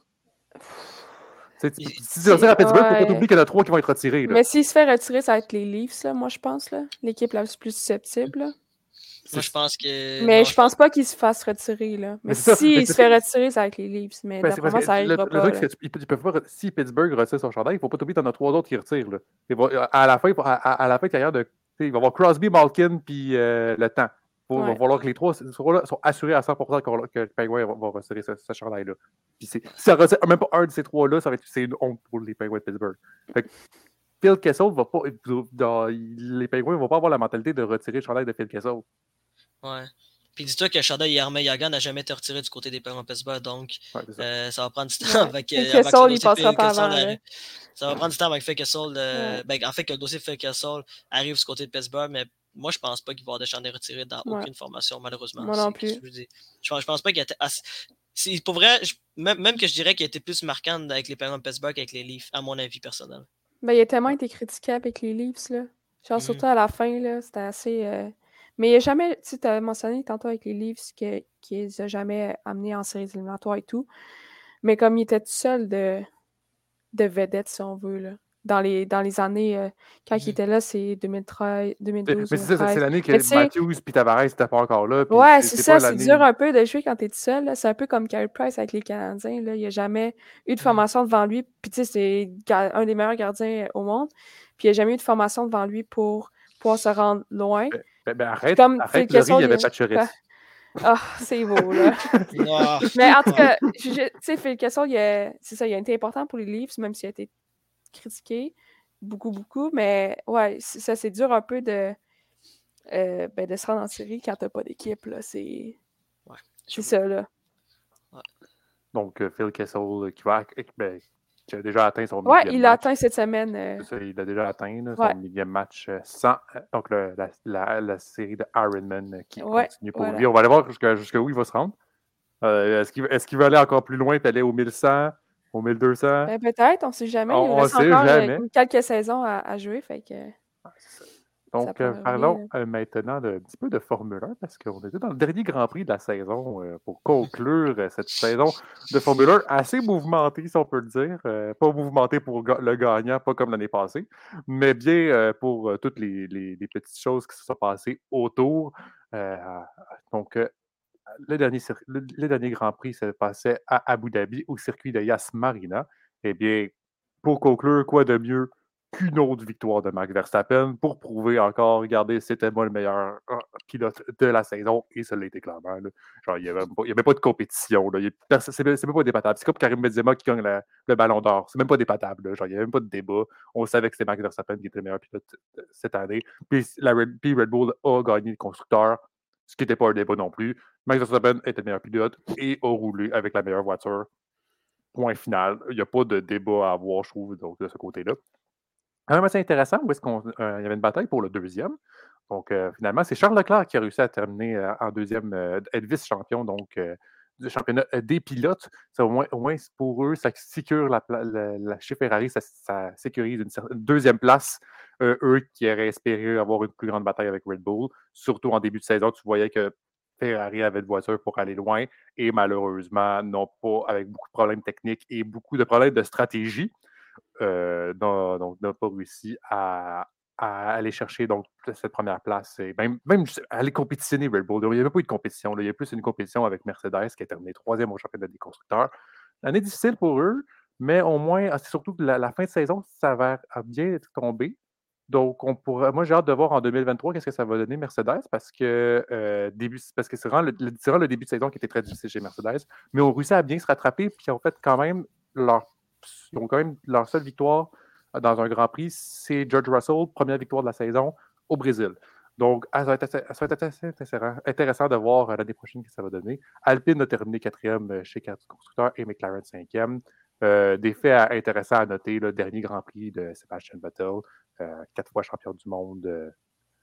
Si tu le retires à Pittsburgh, il ne faut pas t'oublier qu'il y en a 3 qui vont être retirés. Là. Mais s'il se fait retirer, ça va être les Leafs, là, moi, je pense. Là. L'équipe la plus susceptible. Là. Moi, je pense que. Mais je pense pas qu'il se fasse retirer. Là. Mais s'il se fait retirer, ça va être les Leafs. Mais d'après moi, ça n'arrivera pas. Le truc, si Pittsburgh retire son chandail, il ne faut pas t'oublier qu'il y en a 3 autres qui retirent. Là. À la fin de carrière, il va y avoir Crosby, Malkin puis le temps. Il va falloir que les 3 là sont assurés à 100% que le Penguin va retirer ce chandail-là. Puis si ça retire même pas un de ces 3-là, c'est une honte pour les Penguins de Pittsburgh. Fait que Phil Kessel va pas. Les Penguins ne vont pas avoir la mentalité de retirer le chandail de Phil Kessel. Ouais. Puis dis-toi que Shada Yarmey Yaga n'a jamais été retiré du côté des Penguins Pittsburgh, donc ça va prendre du temps avec Kessel, il passera pas avant. Ça va prendre du temps avec Phil Kessel. En fait, que le dossier Phil Kessel arrive du côté de Pittsburgh, mais moi, je pense pas qu'il va y avoir de chandail retiré dans aucune formation, malheureusement. Moi non plus. Je pense pas qu'il était assez... Pour vrai, même que je dirais qu'il était plus marquant avec les Penguins Pittsburgh qu'avec les Leafs, à mon avis personnel. Ben, il a tellement été critiqué avec les Leafs, là. Genre, surtout à la fin, là, c'était assez... Mais il n'y a jamais... Tu sais, tu avais mentionné tantôt avec les Leafs qu'ils n'ont jamais amené en séries éliminatoires et tout. Mais comme il était tout seul de vedette, si on veut, là. Dans les années... quand il était là, c'est 2013, 2012, mais c'est 2013. ça, c'est l'année que Matthews et Tavares n'étaient pas encore là. Ouais, c'est ça, c'est dur un peu de jouer quand t'es tout seul. Là. C'est un peu comme Carey Price avec les Canadiens. Là. Il n'y a jamais eu de formation devant lui. Puis tu sais, c'est un des meilleurs gardiens au monde. Puis il n'y a jamais eu de formation devant lui pour pouvoir se rendre loin. Arrête, arrête Laurie, il n'y avait pas de Choriz. Ah, c'est beau, là. Mais en tout cas, tu sais, Phil Kessel, c'est ça, il a été important pour les Leafs, même s'il a été critiqué beaucoup. Mais ouais, ça, c'est dur un peu de se rendre en série quand t'as pas d'équipe, là. C'est ça, là. Ouais. Donc, Phil Kessel qui a déjà atteint son millième match. Ouais, il l'a atteint cette semaine. C'est ça, il l'a déjà atteint, son 1000e match sans... Donc, la série de Ironman qui continue pour lui. On va aller voir jusqu'où il va se rendre. Est-ce qu'il va aller encore plus loin et aller au 1100, au 1200? Ben, peut-être, on ne sait jamais. Il reste encore quelques saisons à jouer, fait que... c'est ça. Donc, parlons maintenant un petit peu de Formule 1, parce qu'on était dans le dernier Grand Prix de la saison pour conclure cette saison de Formule 1 assez mouvementée, si on peut le dire. Pas mouvementée pour le gagnant, pas comme l'année passée, mais bien pour toutes les petites choses qui se sont passées autour. Donc, le dernier Grand Prix se passait à Abu Dhabi, au circuit de Yas Marina. Eh bien, pour conclure, quoi de mieux qu'une autre victoire de Max Verstappen pour prouver encore, regardez, c'était moi le meilleur pilote de la saison, et ça l'a été clairement. Là. Genre, il n'y avait pas de compétition. Là. C'est même pas débattable. C'est comme Karim Benzema qui gagne le Ballon d'Or. C'est même pas débattable. Là. Genre, il n'y avait même pas de débat. On savait que c'était Max Verstappen qui était le meilleur pilote cette année. Puis Red Bull a gagné le constructeur, ce qui n'était pas un débat non plus. Max Verstappen était le meilleur pilote et a roulé avec la meilleure voiture. Point final. Il n'y a pas de débat à avoir, je trouve, donc, de ce côté-là. Quand même assez intéressant, où est-ce qu'il y avait une bataille pour le deuxième. Donc, finalement, c'est Charles Leclerc qui a réussi à terminer en deuxième, être vice-champion, donc du championnat des pilotes. Ça, au moins pour eux, ça sécure chez Ferrari, ça sécurise une deuxième place. Eux qui auraient espéré avoir une plus grande bataille avec Red Bull. Surtout en début de saison, tu voyais que Ferrari avait de voiture pour aller loin et malheureusement, non pas avec beaucoup de problèmes techniques et beaucoup de problèmes de stratégie. Donc, n'a pas réussi à aller chercher donc, cette première place et même aller compétitionner Red Bull. Il n'y avait pas eu de compétition. Là. Il y a plus une compétition avec Mercedes qui a terminé troisième au championnat des constructeurs. L'année difficile pour eux, mais au moins, c'est surtout que la fin de saison s'avère bien tomber. Donc, moi, j'ai hâte de voir en 2023 qu'est-ce que ça va donner Mercedes parce que c'est vraiment le début de saison qui était très difficile chez Mercedes, mais ont réussi à bien se rattraper puis ils ont fait quand même ils ont quand même leur seule victoire dans un Grand Prix, c'est George Russell, première victoire de la saison au Brésil. Donc, ça va être assez intéressant de voir l'année prochaine ce que ça va donner. Alpine a terminé quatrième chez constructeurs et McLaren cinquième. Des faits intéressants à noter, le dernier Grand Prix de Sebastian Vettel, 4 fois champion du monde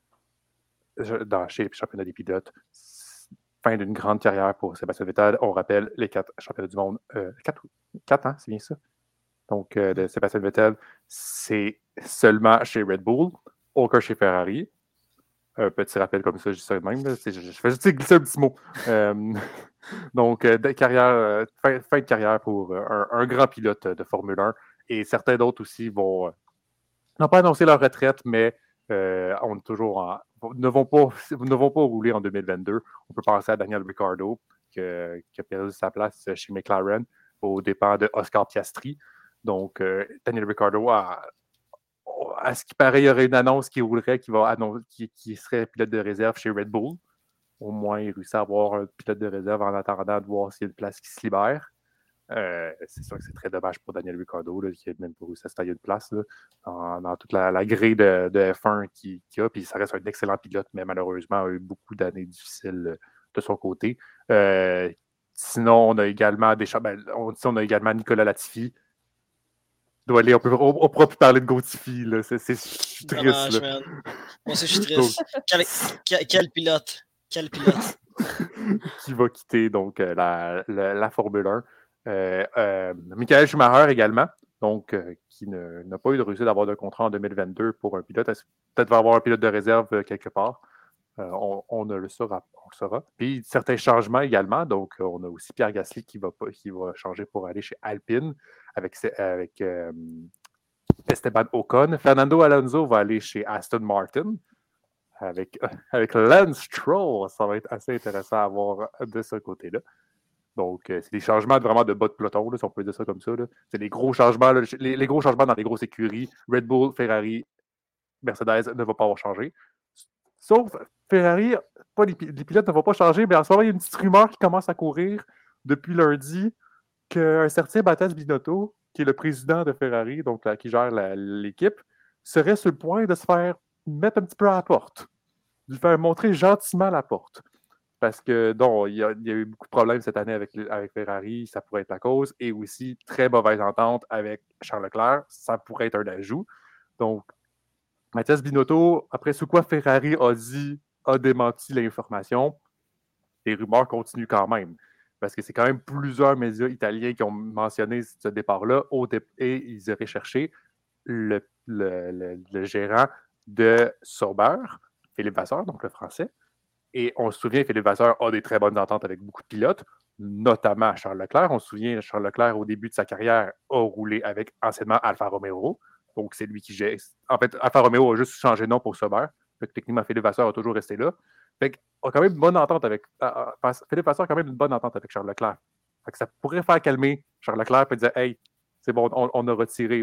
chez les championnats des pilotes. Fin d'une grande carrière pour Sebastian Vettel. On rappelle les 4 championnats du monde. 4 hein, c'est bien ça? Donc, de Sebastian Vettel, c'est seulement chez Red Bull, aucun chez Ferrari. Un petit rappel comme ça, je dis ça même. Je fais juste glisser un petit mot. Donc, fin de carrière pour un grand pilote de Formule 1. Et certains d'autres aussi n'ont pas annoncé leur retraite, mais ne vont pas rouler en 2022. On peut penser à Daniel Ricciardo, qui a perdu sa place chez McLaren aux dépens de Oscar Piastri. Donc, Daniel Ricciardo, à ce qui paraît, il y aurait une annonce qui roulerait, qui serait pilote de réserve chez Red Bull. Au moins, il réussit à avoir un pilote de réserve en attendant de voir s'il y a une place qui se libère. C'est sûr que c'est très dommage pour Daniel Ricciardo, là, qui n'a même pas réussi à se tailler une place là, dans toute la grille de F1 qu'il a. Puis ça reste un excellent pilote, mais malheureusement, a eu beaucoup d'années difficiles de son côté. Sinon, on a également on a également Nicolas Latifi. On pourra plus parler de Gautifi. Je suis triste. Moi aussi, je suis triste. Quel pilote? Quel pilote? Qui va quitter donc la Formule 1. Michael Schumacher également, donc qui n'a pas eu de réussite d'avoir de contrat en 2022 pour un pilote. Peut-être va avoir un pilote de réserve quelque part. On le saura. Puis certains changements également. Donc, on a aussi Pierre Gasly qui va changer pour aller chez Alpine avec Esteban Ocon. Fernando Alonso va aller chez Aston Martin avec Lance Stroll. Ça va être assez intéressant à voir de ce côté-là. Donc, c'est des changements vraiment de bas de peloton, là, si on peut dire ça comme ça. Là. C'est les gros changements, là, les gros changements dans les grosses écuries. Red Bull, Ferrari, Mercedes ne va pas avoir changé. Sauf Ferrari, les pilotes ne vont pas changer, mais en ce moment, il y a une petite rumeur qui commence à courir depuis lundi qu'un certain Matteo Binotto, qui est le président de Ferrari, donc qui gère l'équipe, serait sur le point de se faire mettre un petit peu à la porte, de lui faire montrer gentiment la porte. Parce que, il y a eu beaucoup de problèmes cette année avec Ferrari, ça pourrait être la cause, et aussi très mauvaise entente avec Charles Leclerc, ça pourrait être un ajout. Donc, Matteo Binotto, après ce quoi Ferrari a démenti l'information, les rumeurs continuent quand même. Parce que c'est quand même plusieurs médias italiens qui ont mentionné ce départ-là et ils auraient cherché le gérant de Sauber, Philippe Vasseur, donc le français. Et on se souvient, Philippe Vasseur a des très bonnes ententes avec beaucoup de pilotes, notamment Charles Leclerc. On se souvient, Charles Leclerc, au début de sa carrière, a roulé avec anciennement Alfa Romeo. Donc, c'est lui qui gère. En fait, Alfa Romeo a juste changé de nom pour Sauber. Techniquement, Philippe Vasseur a toujours resté là. Fait a quand même une bonne entente avec. Philippe Vasseur a quand même une bonne entente avec Charles Leclerc. Fait que ça pourrait faire calmer Charles Leclerc et dire hey, c'est bon, on a retiré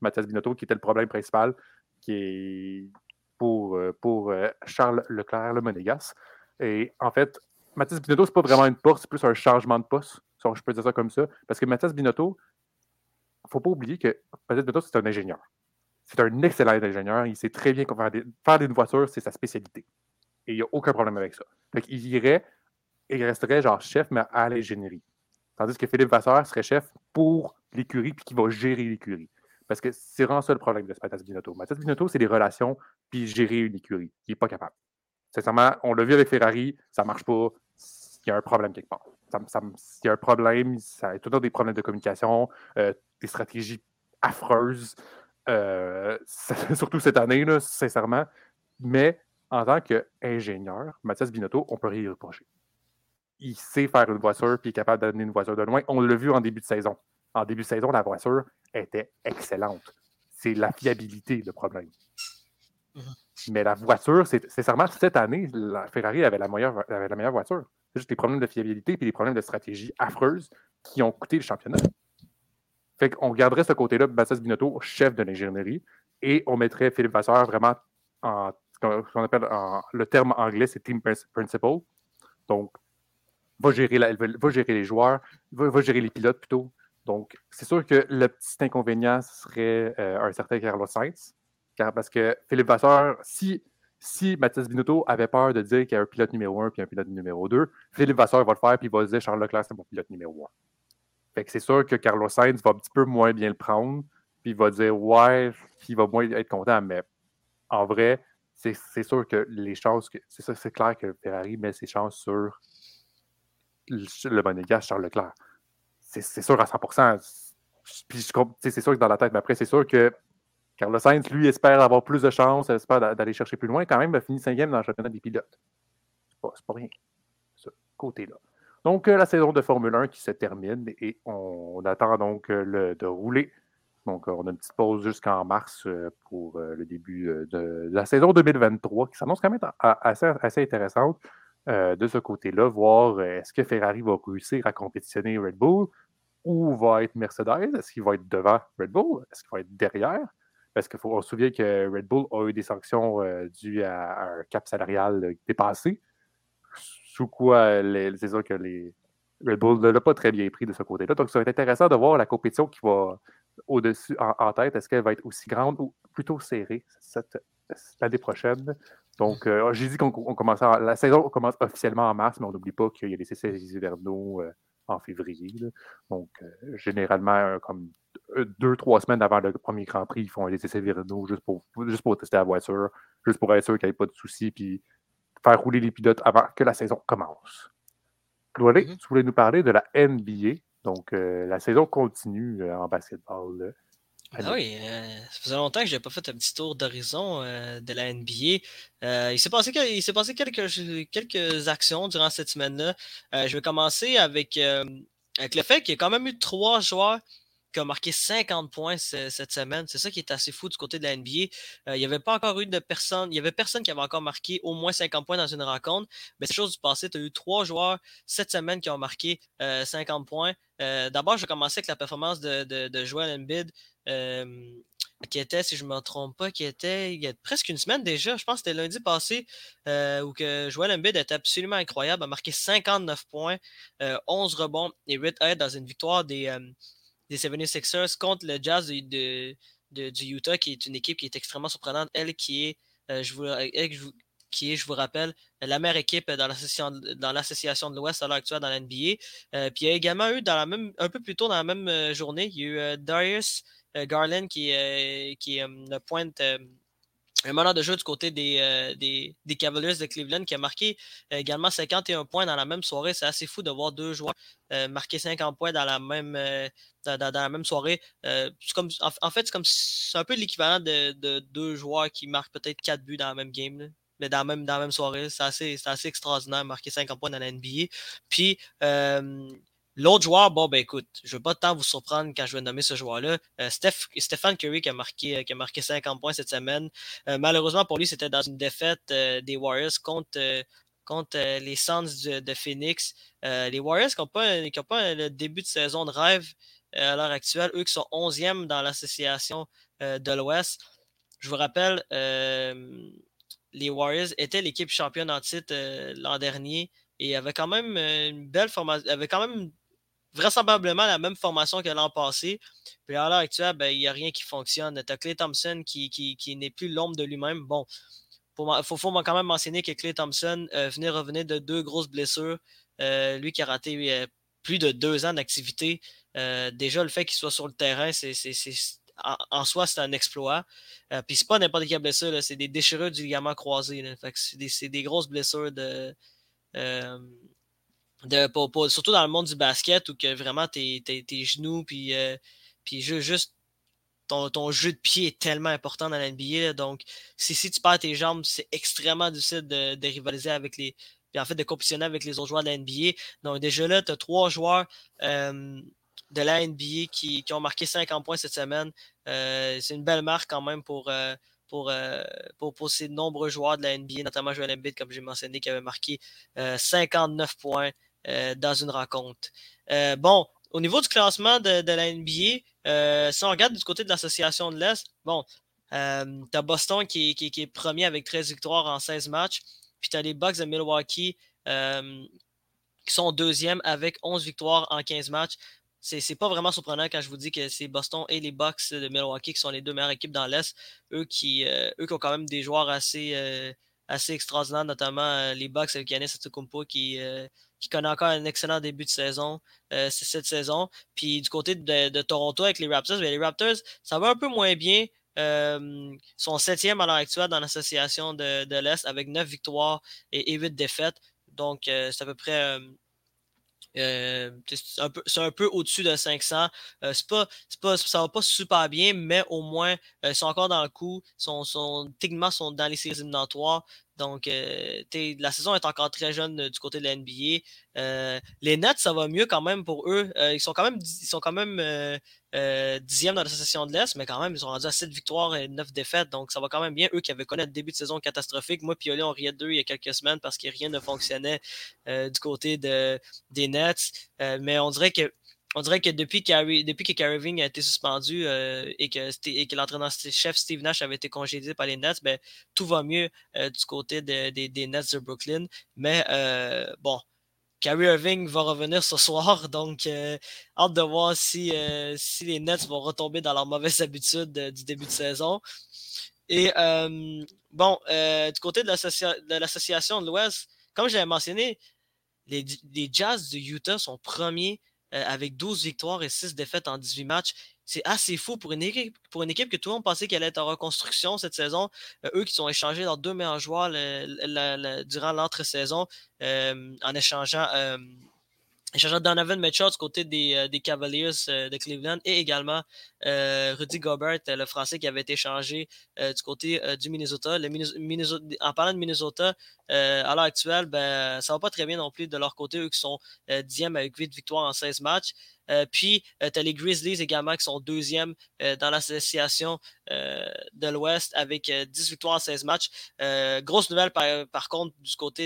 Mathias Binotto, qui était le problème principal, qui est pour Charles Leclerc, le Monégasque. Et en fait, Mathias Binotto, c'est pas vraiment une porte, c'est plus un changement de poste. Si je peux dire ça comme ça. Parce que Mathias Binotto, il ne faut pas oublier que Mathias Binotto, c'est un ingénieur. C'est un excellent ingénieur. Il sait très bien comment faire des voitures, c'est sa spécialité. Et il n'y a aucun problème avec ça. Donc, il resterait genre chef, mais à l'ingénierie. Tandis que Philippe Vasseur serait chef pour l'écurie, puis qui va gérer l'écurie. Parce que c'est vraiment ça le problème de Mathias Binotto. Mathias Binotto, c'est des relations, puis gérer une écurie. Il n'est pas capable. Sincèrement, on l'a vu avec Ferrari, ça ne marche pas. Il y a un problème quelque part. Il y a un problème, ça a toujours des problèmes de communication, des stratégies affreuses, surtout cette année, là, sincèrement. Mais en tant qu'ingénieur, Mathias Binotto, on peut rien y reprocher. Il sait faire une voiture puis il est capable d'amener une voiture de loin. On l'a vu en début de saison. En début de saison, la voiture était excellente. C'est la fiabilité le problème. Mais la voiture, sincèrement, cette année, la Ferrari avait la meilleure voiture. C'est juste des problèmes de fiabilité et des problèmes de stratégie affreuses qui ont coûté le championnat. Fait qu'on garderait ce côté-là de Mathias Binotto, chef de l'ingénierie, et on mettrait Philippe Vasseur vraiment en ce qu'on appelle le terme anglais, c'est team principal. Donc, va gérer les joueurs, va gérer les pilotes plutôt. Donc, c'est sûr que le petit inconvénient serait un certain Carlos Sainz, parce que Philippe Vasseur, si Mathias Binotto avait peur de dire qu'il y a un pilote numéro 1 puis un pilote numéro 2, Philippe Vasseur va le faire puis il va dire Charles Leclerc, c'est mon pilote numéro 1. Fait que c'est sûr que Carlos Sainz va un petit peu moins bien le prendre, puis il va dire ouais, puis il va moins être content, mais en vrai, c'est sûr que les chances, c'est clair que Ferrari met ses chances sur le Monégasque Charles Leclerc. C'est sûr à 100%. Puis c'est sûr que dans la tête, mais après, c'est sûr que Carlos Sainz, lui, espère avoir plus de chances, espère d'aller chercher plus loin. Quand même, il a fini 5e dans le championnat des pilotes. C'est pas rien, ce côté-là. Donc, la saison de Formule 1 qui se termine et on attend donc de rouler. Donc, on a une petite pause jusqu'en mars pour le début de la saison 2023 qui s'annonce quand même assez intéressante de ce côté-là. Voir est-ce que Ferrari va réussir à compétitionner Red Bull ou va être Mercedes? Est-ce qu'il va être devant Red Bull? Est-ce qu'il va être derrière? Parce qu'on se souvient que Red Bull a eu des sanctions dues à un cap salarial dépassé. Sous quoi, c'est sûr que les Red Bull ne l'a pas très bien pris de ce côté-là. Donc, ça va être intéressant de voir la compétition qui va au-dessus, en tête. Est-ce qu'elle va être aussi grande ou plutôt serrée l'année prochaine? Donc, j'ai dit la saison commence officiellement en mars, mais on n'oublie pas qu'il y a les essais hivernaux en février. Là. Donc, généralement, comme 2-3 semaines avant le premier Grand Prix, ils font les essais hivernaux juste pour tester la voiture, juste pour être sûr qu'il n'y ait pas de soucis, puis faire rouler les pilotes avant que la saison commence. Chloé, tu voulais nous parler de la NBA. Donc, la saison continue en basketball. Ah oui, ça faisait longtemps que je n'avais pas fait un petit tour d'horizon de la NBA. Il s'est passé quelques actions durant cette semaine-là. Je vais commencer avec le fait qu'il y a quand même eu 3 joueurs qui ont marqué 50 points cette semaine. C'est ça qui est assez fou du côté de la NBA. Il n'y avait pas encore eu de personne. Il y avait personne qui avait encore marqué au moins 50 points dans une rencontre. Mais c'est chose du passé. Tu as eu 3 joueurs cette semaine qui ont marqué 50 points. D'abord, je vais commencer avec la performance de Joel Embiid. Qui était, si je ne me trompe pas, il y a presque une semaine déjà, je pense que c'était lundi passé, où que Joel Embiid était absolument incroyable, a marqué 59 points, 11 rebonds et 8 aides dans une victoire des 76ers contre le Jazz du Utah, qui est une équipe qui est extrêmement surprenante, elle qui est, je vous rappelle, la meilleure équipe dans l'association de l'Ouest à l'heure actuelle dans la NBA. Puis il y a également eu, un peu plus tôt dans la même journée, il y a eu Darius Garland qui le pointe un meneur de jeu du côté des Cavaliers de Cleveland qui a marqué également 51 points dans la même soirée. C'est assez fou de voir 2 joueurs marquer 50 points dans la même, dans la même soirée. En fait, c'est un peu l'équivalent de 2 joueurs qui marquent peut-être 4 buts dans la même game. Là. Mais dans la même soirée, c'est assez extraordinaire, marquer 50 points dans la NBA. Puis, l'autre joueur, bon, ben écoute, je ne veux pas tant vous surprendre quand je vais nommer ce joueur-là. Stephen Curry qui a marqué 50 points cette semaine. Malheureusement pour lui, c'était dans une défaite des Warriors contre les Suns de Phoenix. Les Warriors qui n'ont pas le début de saison de rêve. à l'heure actuelle, eux qui sont 11e dans l'association de l'Ouest. Je vous rappelle, les Warriors étaient l'équipe championne en titre l'an dernier et avaient quand même une belle formation, avaient quand même vraisemblablement la même formation que l'an passé. Puis à l'heure actuelle, ben, il n'y a rien qui fonctionne. Tu as Klay Thompson qui n'est plus l'ombre de lui-même. Bon, il faut quand même mentionner que Klay Thompson revenait de 2 grosses blessures. Lui qui a raté plus de 2 ans d'activité. Déjà, le fait qu'il soit sur le terrain, en soi, c'est un exploit. Puis c'est pas n'importe quelle blessure, là, c'est des déchirures du ligament croisé. Là. Fait que c'est des grosses blessures euh, surtout dans le monde du basket où que vraiment tes genoux puis juste ton jeu de pied est tellement important dans la NBA. Là, donc, si tu perds tes jambes, c'est extrêmement difficile de rivaliser avec puis en fait de compétitionner avec les autres joueurs de la NBA. Donc, déjà là, tu as 3 joueurs de la NBA qui ont marqué 50 points cette semaine. C'est une belle marque quand même pour ces nombreux joueurs de la NBA, notamment Joel Embiid, comme j'ai mentionné, qui avait marqué 59 points dans une rencontre. Bon, au niveau du classement de la NBA, si on regarde du côté de l'association de l'Est, bon, t'as Boston qui est premier avec 13 victoires en 16 matchs, puis t'as les Bucks de Milwaukee qui sont deuxième avec 11 victoires en 15 matchs. C'est pas vraiment surprenant quand je vous dis que c'est Boston et les Bucks de Milwaukee qui sont les 2 meilleures équipes dans l'Est. Eux qui ont quand même des joueurs assez extraordinaires, notamment les Bucks avec Giannis Antetokounmpo qui connaît encore un excellent début de saison cette saison. Puis du côté de Toronto avec les Raptors, les Raptors, ça va un peu moins bien. Sont 7e à l'heure actuelle dans l'association de l'Est avec 9 victoires et 8 défaites. Donc, c'est à peu près c'est un peu au-dessus de 500. Ça va pas super bien, mais au moins, ils sont encore dans le coup. Techniquement, sont dans les séries éliminatoires. Donc, la saison est encore très jeune du côté de la NBA. Les Nets, ça va mieux quand même pour eux. Ils sont quand même 10e dans l'association de l'Est, mais quand même, ils sont rendus à 7 victoires et 9 défaites. Donc, ça va quand même bien. Eux qui avaient connu un début de saison catastrophique. Moi, Pioli, on riait d'eux il y a quelques semaines parce que rien ne fonctionnait du côté des Nets. Mais on dirait que depuis que Kyrie Irving a été suspendu et que l'entraîneur-chef Steve Nash avait été congédié par les Nets, ben, tout va mieux du côté des Nets de Brooklyn. Mais bon, Kyrie Irving va revenir ce soir, donc hâte de voir si les Nets vont retomber dans leurs mauvaises habitudes du début de saison. Et bon, du côté de l'association de l'Ouest, comme je l'avais mentionné, les Jazz de Utah sont premiers avec 12 victoires et 6 défaites en 18 matchs. C'est assez fou pour une équipe que tout le monde pensait qu'elle allait être en reconstruction cette saison. Eux qui sont échangés leurs 2 meilleurs joueurs durant l'entre-saison en échangeant Donovan Mitchell du côté des Cavaliers de Cleveland et également Rudy Gobert, le Français qui avait été échangé du côté du Minnesota. En parlant de Minnesota, à l'heure actuelle, ben, ça va pas très bien non plus de leur côté, eux qui sont 10e avec 8 victoires en 16 matchs. Puis, tu as les Grizzlies également qui sont 2e dans l'association de l'Ouest avec 10 victoires en 16 matchs. Grosse nouvelle par contre du côté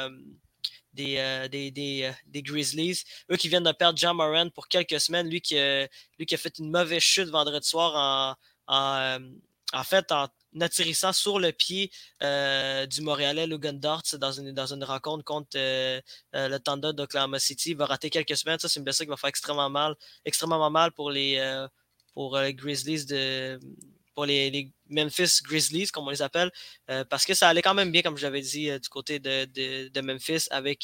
des Grizzlies. Eux qui viennent de perdre John Moran pour quelques semaines. Lui qui a fait une mauvaise chute vendredi soir en fait, en atterrissant sur le pied du Montréalais Logan Dort dans une rencontre contre le Thunder d'Oklahoma City. Il va rater quelques semaines. Ça, c'est une blessure qui va faire extrêmement mal pour les Grizzlies pour les Memphis Grizzlies, comme on les appelle, parce que ça allait quand même bien, comme je l'avais dit, du côté de Memphis, avec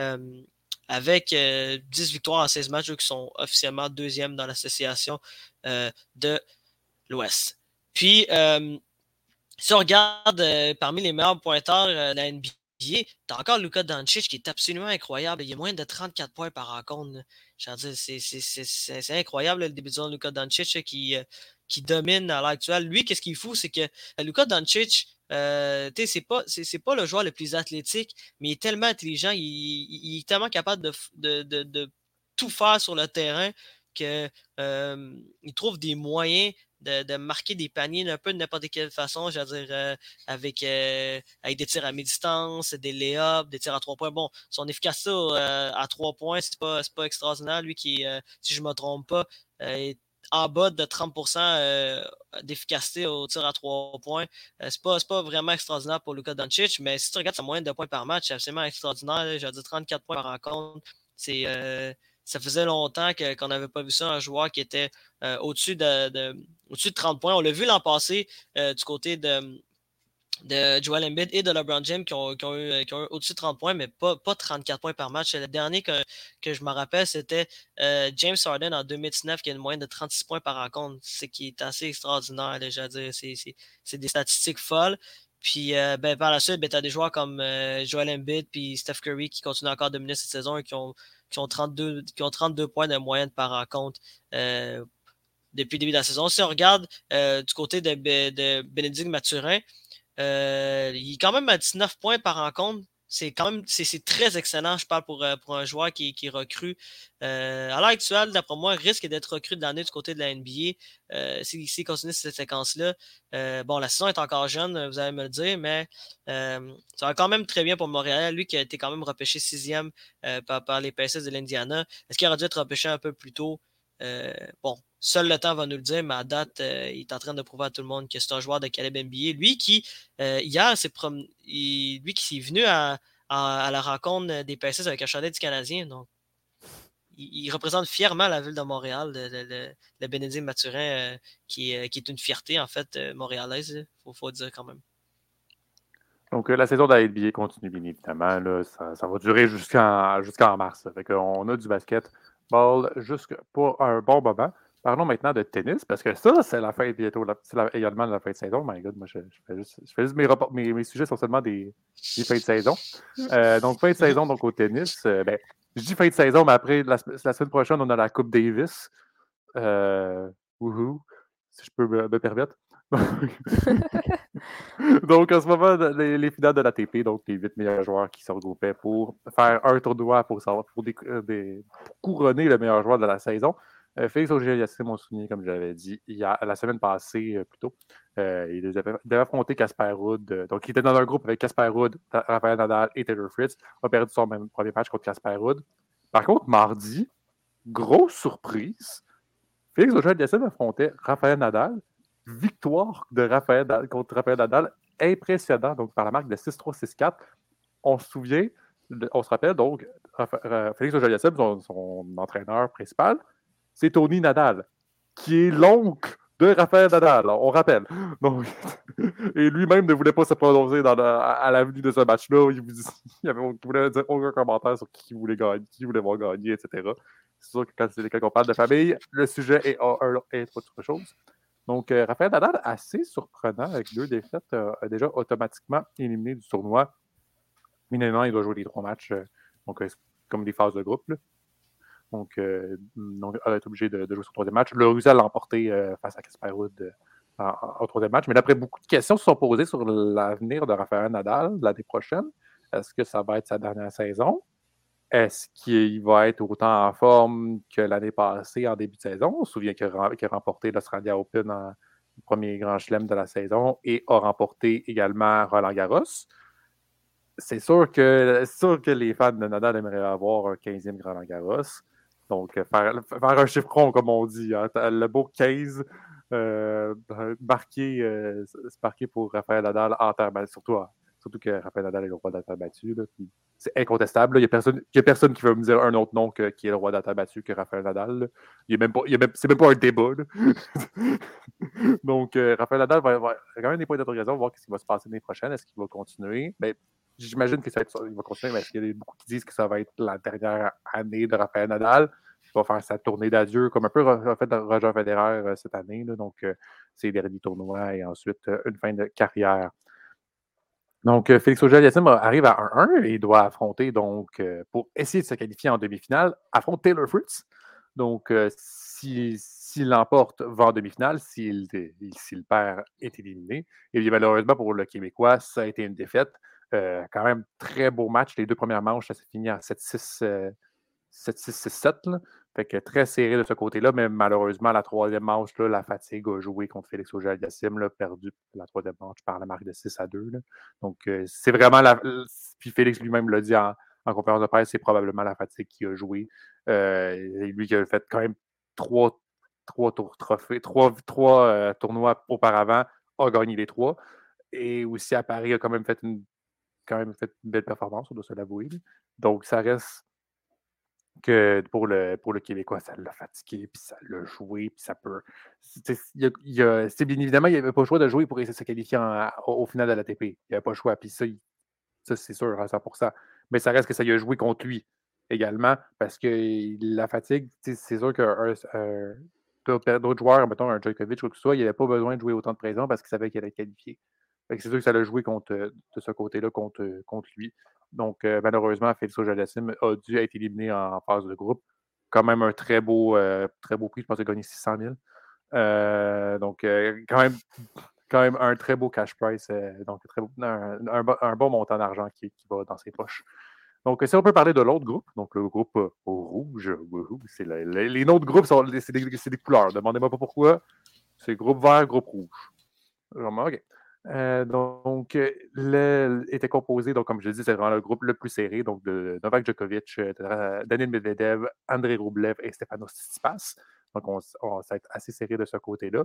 10 victoires en 16 matchs, eux qui sont officiellement 2e dans l'association de l'Ouest. Puis, si on regarde parmi les meilleurs pointeurs de la NBA, t'as encore Luka Doncic qui est absolument incroyable. Il y a moins de 34 points par rencontre. Je veux dire, c'est incroyable le début de Luka Doncic qui domine à l'heure actuelle. Lui, qu'est-ce qu'il faut, c'est que Luka Doncic, c'est pas le joueur le plus athlétique, mais il est tellement intelligent, il est tellement capable de tout faire sur le terrain que il trouve des moyens de marquer des paniers un peu de n'importe quelle façon, je veux dire, avec des tirs à mi-distance, des lay-ups, des tirs à 3 points. Bon, son efficacité à 3 points, c'est pas extraordinaire. Lui qui, si je ne me trompe pas, est en bas de 30% d'efficacité au tir à 3 points. C'est pas vraiment extraordinaire pour Luka Doncic, mais si tu regardes sa moyenne de points par match, c'est absolument extraordinaire. Là. Je veux dire, 34 points par rencontre. Ça faisait longtemps qu'on n'avait pas vu ça, un joueur qui était au-dessus de 30 points. On l'a vu l'an passé du côté de Joel Embiid et de LeBron James qui ont eu au-dessus de 30 points, mais pas 34 points par match. Le dernier que je me rappelle, c'était James Harden en 2019 qui a une moyenne de 36 points par rencontre, ce qui est assez extraordinaire. Là, je veux dire, c'est des statistiques folles. Puis par la suite, tu as des joueurs comme Joel Embiid et Steph Curry qui continuent encore à dominer cette saison et qui ont 32 points de moyenne par rencontre depuis le début de la saison. Si on regarde du côté de Bénédicte Mathurin, il est quand même à 19 points par rencontre. C'est très excellent, je parle pour un joueur qui recrue. À l'heure actuelle, d'après moi, risque d'être recrue de l'année du côté de la NBA s'il continue cette séquence-là. Bon, la saison est encore jeune, vous allez me le dire, mais ça va quand même très bien pour Montréal. Lui qui a été quand même repêché 6e par les Pacers de l'Indiana. Est-ce qu'il aurait dû être repêché un peu plus tôt? Bon, seul le temps va nous le dire, mais à date, il est en train de prouver à tout le monde que c'est un joueur de calibre NBA. Lui qui, hier, lui qui est venu à la rencontre des Pacers avec un chandail du Canadien. Donc, il représente fièrement la ville de Montréal, le Bénédicte Mathurin, qui est une fierté, en fait, montréalaise. Il faut dire quand même. Donc, la saison de la NBA continue, bien évidemment. Là, ça va durer jusqu'en mars. Fait qu'on a du basketball pour un bon moment. Parlons maintenant de tennis, parce que ça, c'est la fin bientôt. C'est également la fin de saison. My God, moi, je fais juste mes sujets sont seulement des fins de saison. Donc, fin de saison, donc au tennis. Je dis fin de saison, mais après, la semaine prochaine, on a la Coupe Davis. Woohoo, si je peux me permettre. Donc, en ce moment, les finales de l'ATP, donc les 8 meilleurs joueurs qui se regroupaient pour faire un tournoi pour couronner le meilleur joueur de la saison. Félix Auger-Aliassime m'ont souligné, comme je l'avais dit, la semaine passée, plutôt. Il devait affronter Casper Ruud. Donc, il était dans un groupe avec Casper Ruud, Rafael Nadal et Taylor Fritz. A perdu son premier match contre Casper Ruud. Par contre, mardi, grosse surprise, Félix Auger-Aliassime affrontait Rafael Nadal. Victoire contre Rafael Nadal, impressionnant, donc par la marque de 6-3, 6-4. On se rappelle, donc, Félix Auger-Aliassime, son entraîneur principal, c'est Tony Nadal, qui est l'oncle de Rafael Nadal, on rappelle. Donc, et lui-même ne voulait pas se prononcer à l'avenue de ce match-là. Il voulait dire aucun commentaire sur qui voulait gagner, qui voulait voir gagner, etc. C'est sûr que quand on parle de famille, le sujet est autre chose. Donc, Rafael Nadal, assez surprenant, avec 2 défaites, a déjà automatiquement éliminé du tournoi. Finalement, il doit jouer les 3 matchs, comme des phases de groupe. Là. Donc, il va être obligé de jouer son 3e match. Le Russie l'a emporté face à Casper Ruud au 3e match. Mais d'après, beaucoup de questions se sont posées sur l'avenir de Rafael Nadal l'année prochaine. Est-ce que ça va être sa dernière saison? Est-ce qu'il va être autant en forme que l'année passée en début de saison? On se souvient qu'il a remporté l'Australia Open en premier grand chelem de la saison et a remporté également Roland Garros. C'est sûr que les fans de Nadal aimeraient avoir un 15e Roland Garros. Donc, faire un chiffre rond, comme on dit. Hein, le beau 15 marqué pour Rafael Nadal en terre battue, surtout que Rafael Nadal est le roi de la terre battue. Là, c'est incontestable. Il n'y a personne qui veut me dire un autre nom qui est le roi de la terre battue que Rafael Nadal. C'est même pas un débat. Donc, Rafael Nadal va quand même des points d'interrogation, voir ce qui va se passer l'année prochaine. Est-ce qu'il va continuer? J'imagine qu'il va continuer, mais est-ce qu'il y a beaucoup qui disent que ça va être la dernière année de Rafael Nadal? Il va faire sa tournée d'adieu, comme un peu fait Roger Federer cette année. Là, donc, ses derniers tournois et ensuite une fin de carrière. Donc, Félix Auger-Aliassime arrive à 1-1 et il doit affronter, donc, pour essayer de se qualifier en demi-finale, affronte Taylor Fritz. Donc, s'il l'emporte, va en demi-finale. S'il perd, est éliminé. Et bien, malheureusement, pour le Québécois, ça a été une défaite. Quand même, très beau match. Les 2 premières manches, ça s'est fini en 7-6, 7-6, 6-7. Là. Fait que très serré de ce côté-là, mais malheureusement, la troisième manche, là, la fatigue a joué contre Félix Auger-Aliassime, perdu la troisième manche par la marque de 6-2. Là. Donc, c'est vraiment puis Félix lui-même l'a dit en conférence de presse, c'est probablement la fatigue qui a joué. Lui qui a fait quand même trois trophées, trois tournois auparavant, a gagné les 3. Et aussi à Paris, a quand même fait une belle performance, on doit se l'avouer. Donc, ça reste que pour le Québécois, ça l'a fatigué, puis ça l'a joué, puis ça peut. C'est bien évidemment, il n'avait pas le choix de jouer pour essayer de se qualifier au final de l'ATP. Il n'avait pas le choix, puis ça, c'est sûr à 100%. Mais ça reste que ça y a joué contre lui également, parce que la fatigue, c'est sûr que d'autres joueurs, mettons un Djokovic ou tout ça, il n'avait pas besoin de jouer autant de pression parce qu'il savait qu'il allait être qualifié. C'est sûr que ça l'a joué de ce côté-là contre lui. Donc, malheureusement, Félix Auger-Aliassime a dû être éliminé en phase de groupe. Quand même un très beau prix. Je pense qu'il a gagné 600 000. Donc, quand même un très beau cash price. Donc, un bon montant d'argent qui va dans ses poches. Donc, si on peut parler de l'autre groupe, donc le groupe rouge, c'est les autres groupes, c'est des couleurs. Demandez-moi pas pourquoi. C'est groupe vert, groupe rouge. Vraiment, OK. Donc, était composé, donc, comme je dis, c'est vraiment le groupe le plus serré, donc de Novak Djokovic, Daniil Medvedev, Andrei Rublev et Stefanos Tsitsipas. Donc, ça va être assez serré de ce côté-là.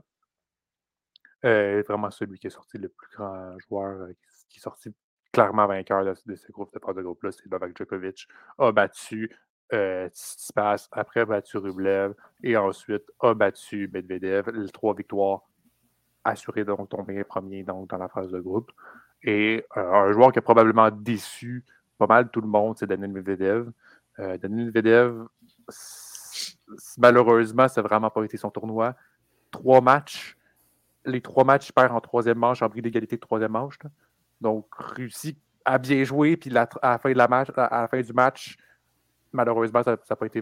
Vraiment celui qui est sorti le plus grand joueur, qui est sorti clairement vainqueur de ce groupe, de phase de groupe-là, c'est Novak Djokovic. A battu Tsitsipas, après a battu Rublev et ensuite a battu Medvedev. Les 3 victoires assurées, donc tomber premier donc, dans la phase de groupe. Et un joueur qui a probablement déçu pas mal tout le monde, c'est Daniil Medvedev. Daniil Medvedev, malheureusement, ça n'a vraiment pas été son tournoi. 3 matchs. Les 3 matchs, il perd en troisième manche, en bris d'égalité de troisième manche. Là. Donc, réussi à bien jouer, puis à la fin du match, malheureusement, ça n'a pas été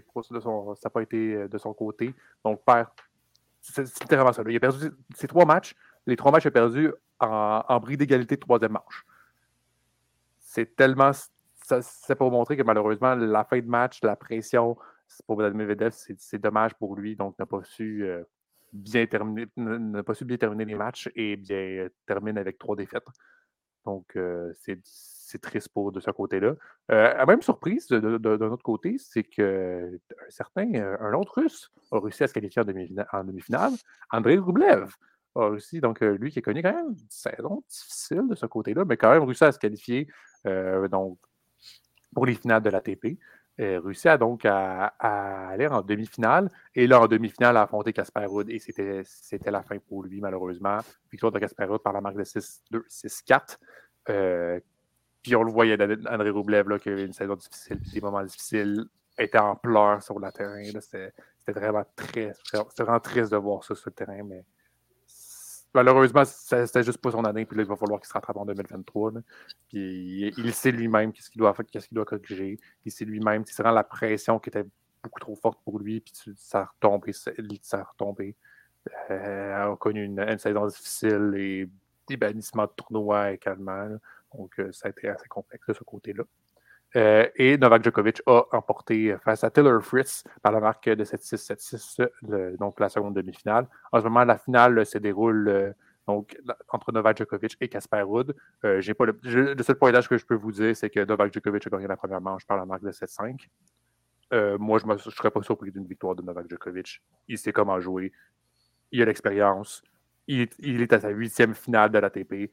de son côté. Donc, perd. C'est littéralement ça. Là. Il a perdu ses 3 matchs. Les 3 matchs, il a perdu en bris d'égalité de troisième manche. C'est tellement. C'est pour montrer que malheureusement, la fin de match, la pression, pour Vladimir Medvedev, c'est dommage pour lui. Donc, n'a pas su bien terminer les matchs et bien termine avec 3 défaites. Donc, c'est triste de ce côté-là. Même surprise d'un autre côté, c'est que un autre Russe a réussi à se qualifier en demi-finale. Andrei Rublev a réussi, donc lui qui a connu quand même une saison difficile de ce côté-là, mais quand même réussi à se qualifier donc, pour les finales de l'ATP. Réussi donc à aller en demi-finale. Et là, en demi-finale, a affronté Casper Ruud. Et c'était la fin pour lui, malheureusement. Victoire de Casper Ruud par la marque de 6-2, 6-4. Puis on le voyait, Andrei Rublev, là, qui avait une saison difficile, puis des moments difficiles, était en pleurs sur le terrain. C'était vraiment vraiment triste de voir ça sur le terrain, mais malheureusement, c'était juste pas son année, puis là, il va falloir qu'il se rattrape en 2023. Là. Puis il sait lui-même qu'est-ce qu'il doit corriger. Il sait lui-même, c'est vraiment la pression qui était beaucoup trop forte pour lui, puis ça a retombé. On a connu une saison difficile et des bannissements de tournois également. Là. Donc, ça a été assez complexe de ce côté-là. Et Novak Djokovic a emporté face à Taylor Fritz par la marque de 7-6, 7-6, donc la seconde demi-finale. En ce moment, la finale se déroule donc, entre Novak Djokovic et Casper Ruud. Le seul pointage que je peux vous dire, c'est que Novak Djokovic a gagné la première manche par la marque de 7-5. Moi, je ne serais pas surpris d'une victoire de Novak Djokovic. Il sait comment jouer. Il a l'expérience. Il est à sa 8e finale de l'ATP.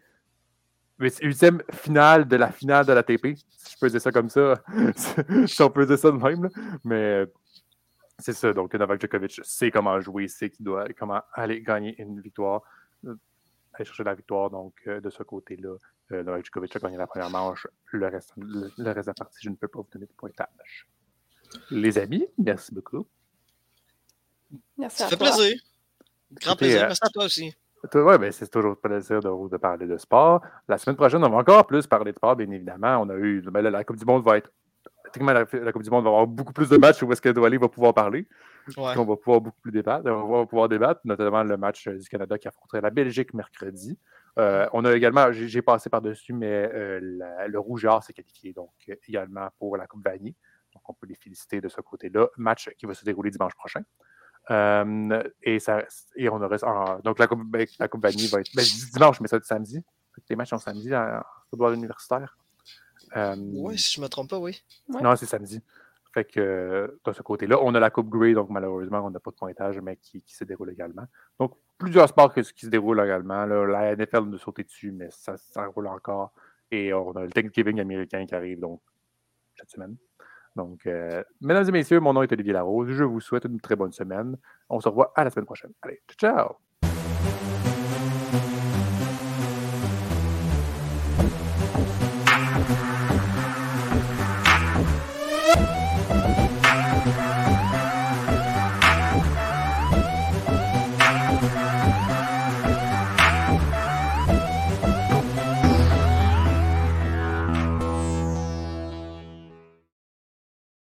8e finale de la finale de l'ATP, si je peux dire ça comme ça, si on peut dire ça de même, là. Mais c'est ça, donc Novak Djokovic sait comment jouer, sait comment aller gagner une victoire, aller chercher la victoire, donc de ce côté-là, Novak Djokovic a gagné la première manche, le reste de la partie, je ne peux pas vous donner de pointage. Les amis, merci beaucoup. Merci à toi. Ça fait plaisir. Grand plaisir, merci à toi aussi. Oui, ben c'est toujours plaisir de parler de sport. La semaine prochaine, on va encore plus parler de sport, bien évidemment. On a eu la Coupe du Monde va être. Techniquement, la Coupe du Monde va avoir beaucoup plus de matchs où est-ce que Doualé va pouvoir parler. Ouais. On va pouvoir beaucoup plus débattre. On va pouvoir débattre, notamment le match du Canada qui affronterait la Belgique mercredi. On a également, j'ai passé par-dessus, mais le Rouge et Or s'est qualifié donc également pour la Coupe Vanier. Donc, on peut les féliciter de ce côté-là. Match qui va se dérouler dimanche prochain. Et on aurait. Donc, la Coupe Vanier va être. Je dis dimanche, mais ça va être samedi. Les matchs sont samedi en football universitaire. Oui, si je ne me trompe pas, oui. Ouais. Non, c'est samedi. Fait que de ce côté-là, on a la Coupe Grey, donc malheureusement, on n'a pas de pointage, mais qui se déroule également. Donc, plusieurs sports qui se déroulent également. Là, la NFL nous sauter dessus, mais ça roule encore. Et on a le Thanksgiving américain qui arrive donc cette semaine. Donc, mesdames et messieurs, mon nom est Olivier Larose. Je vous souhaite une très bonne semaine. On se revoit à la semaine prochaine. Allez, ciao!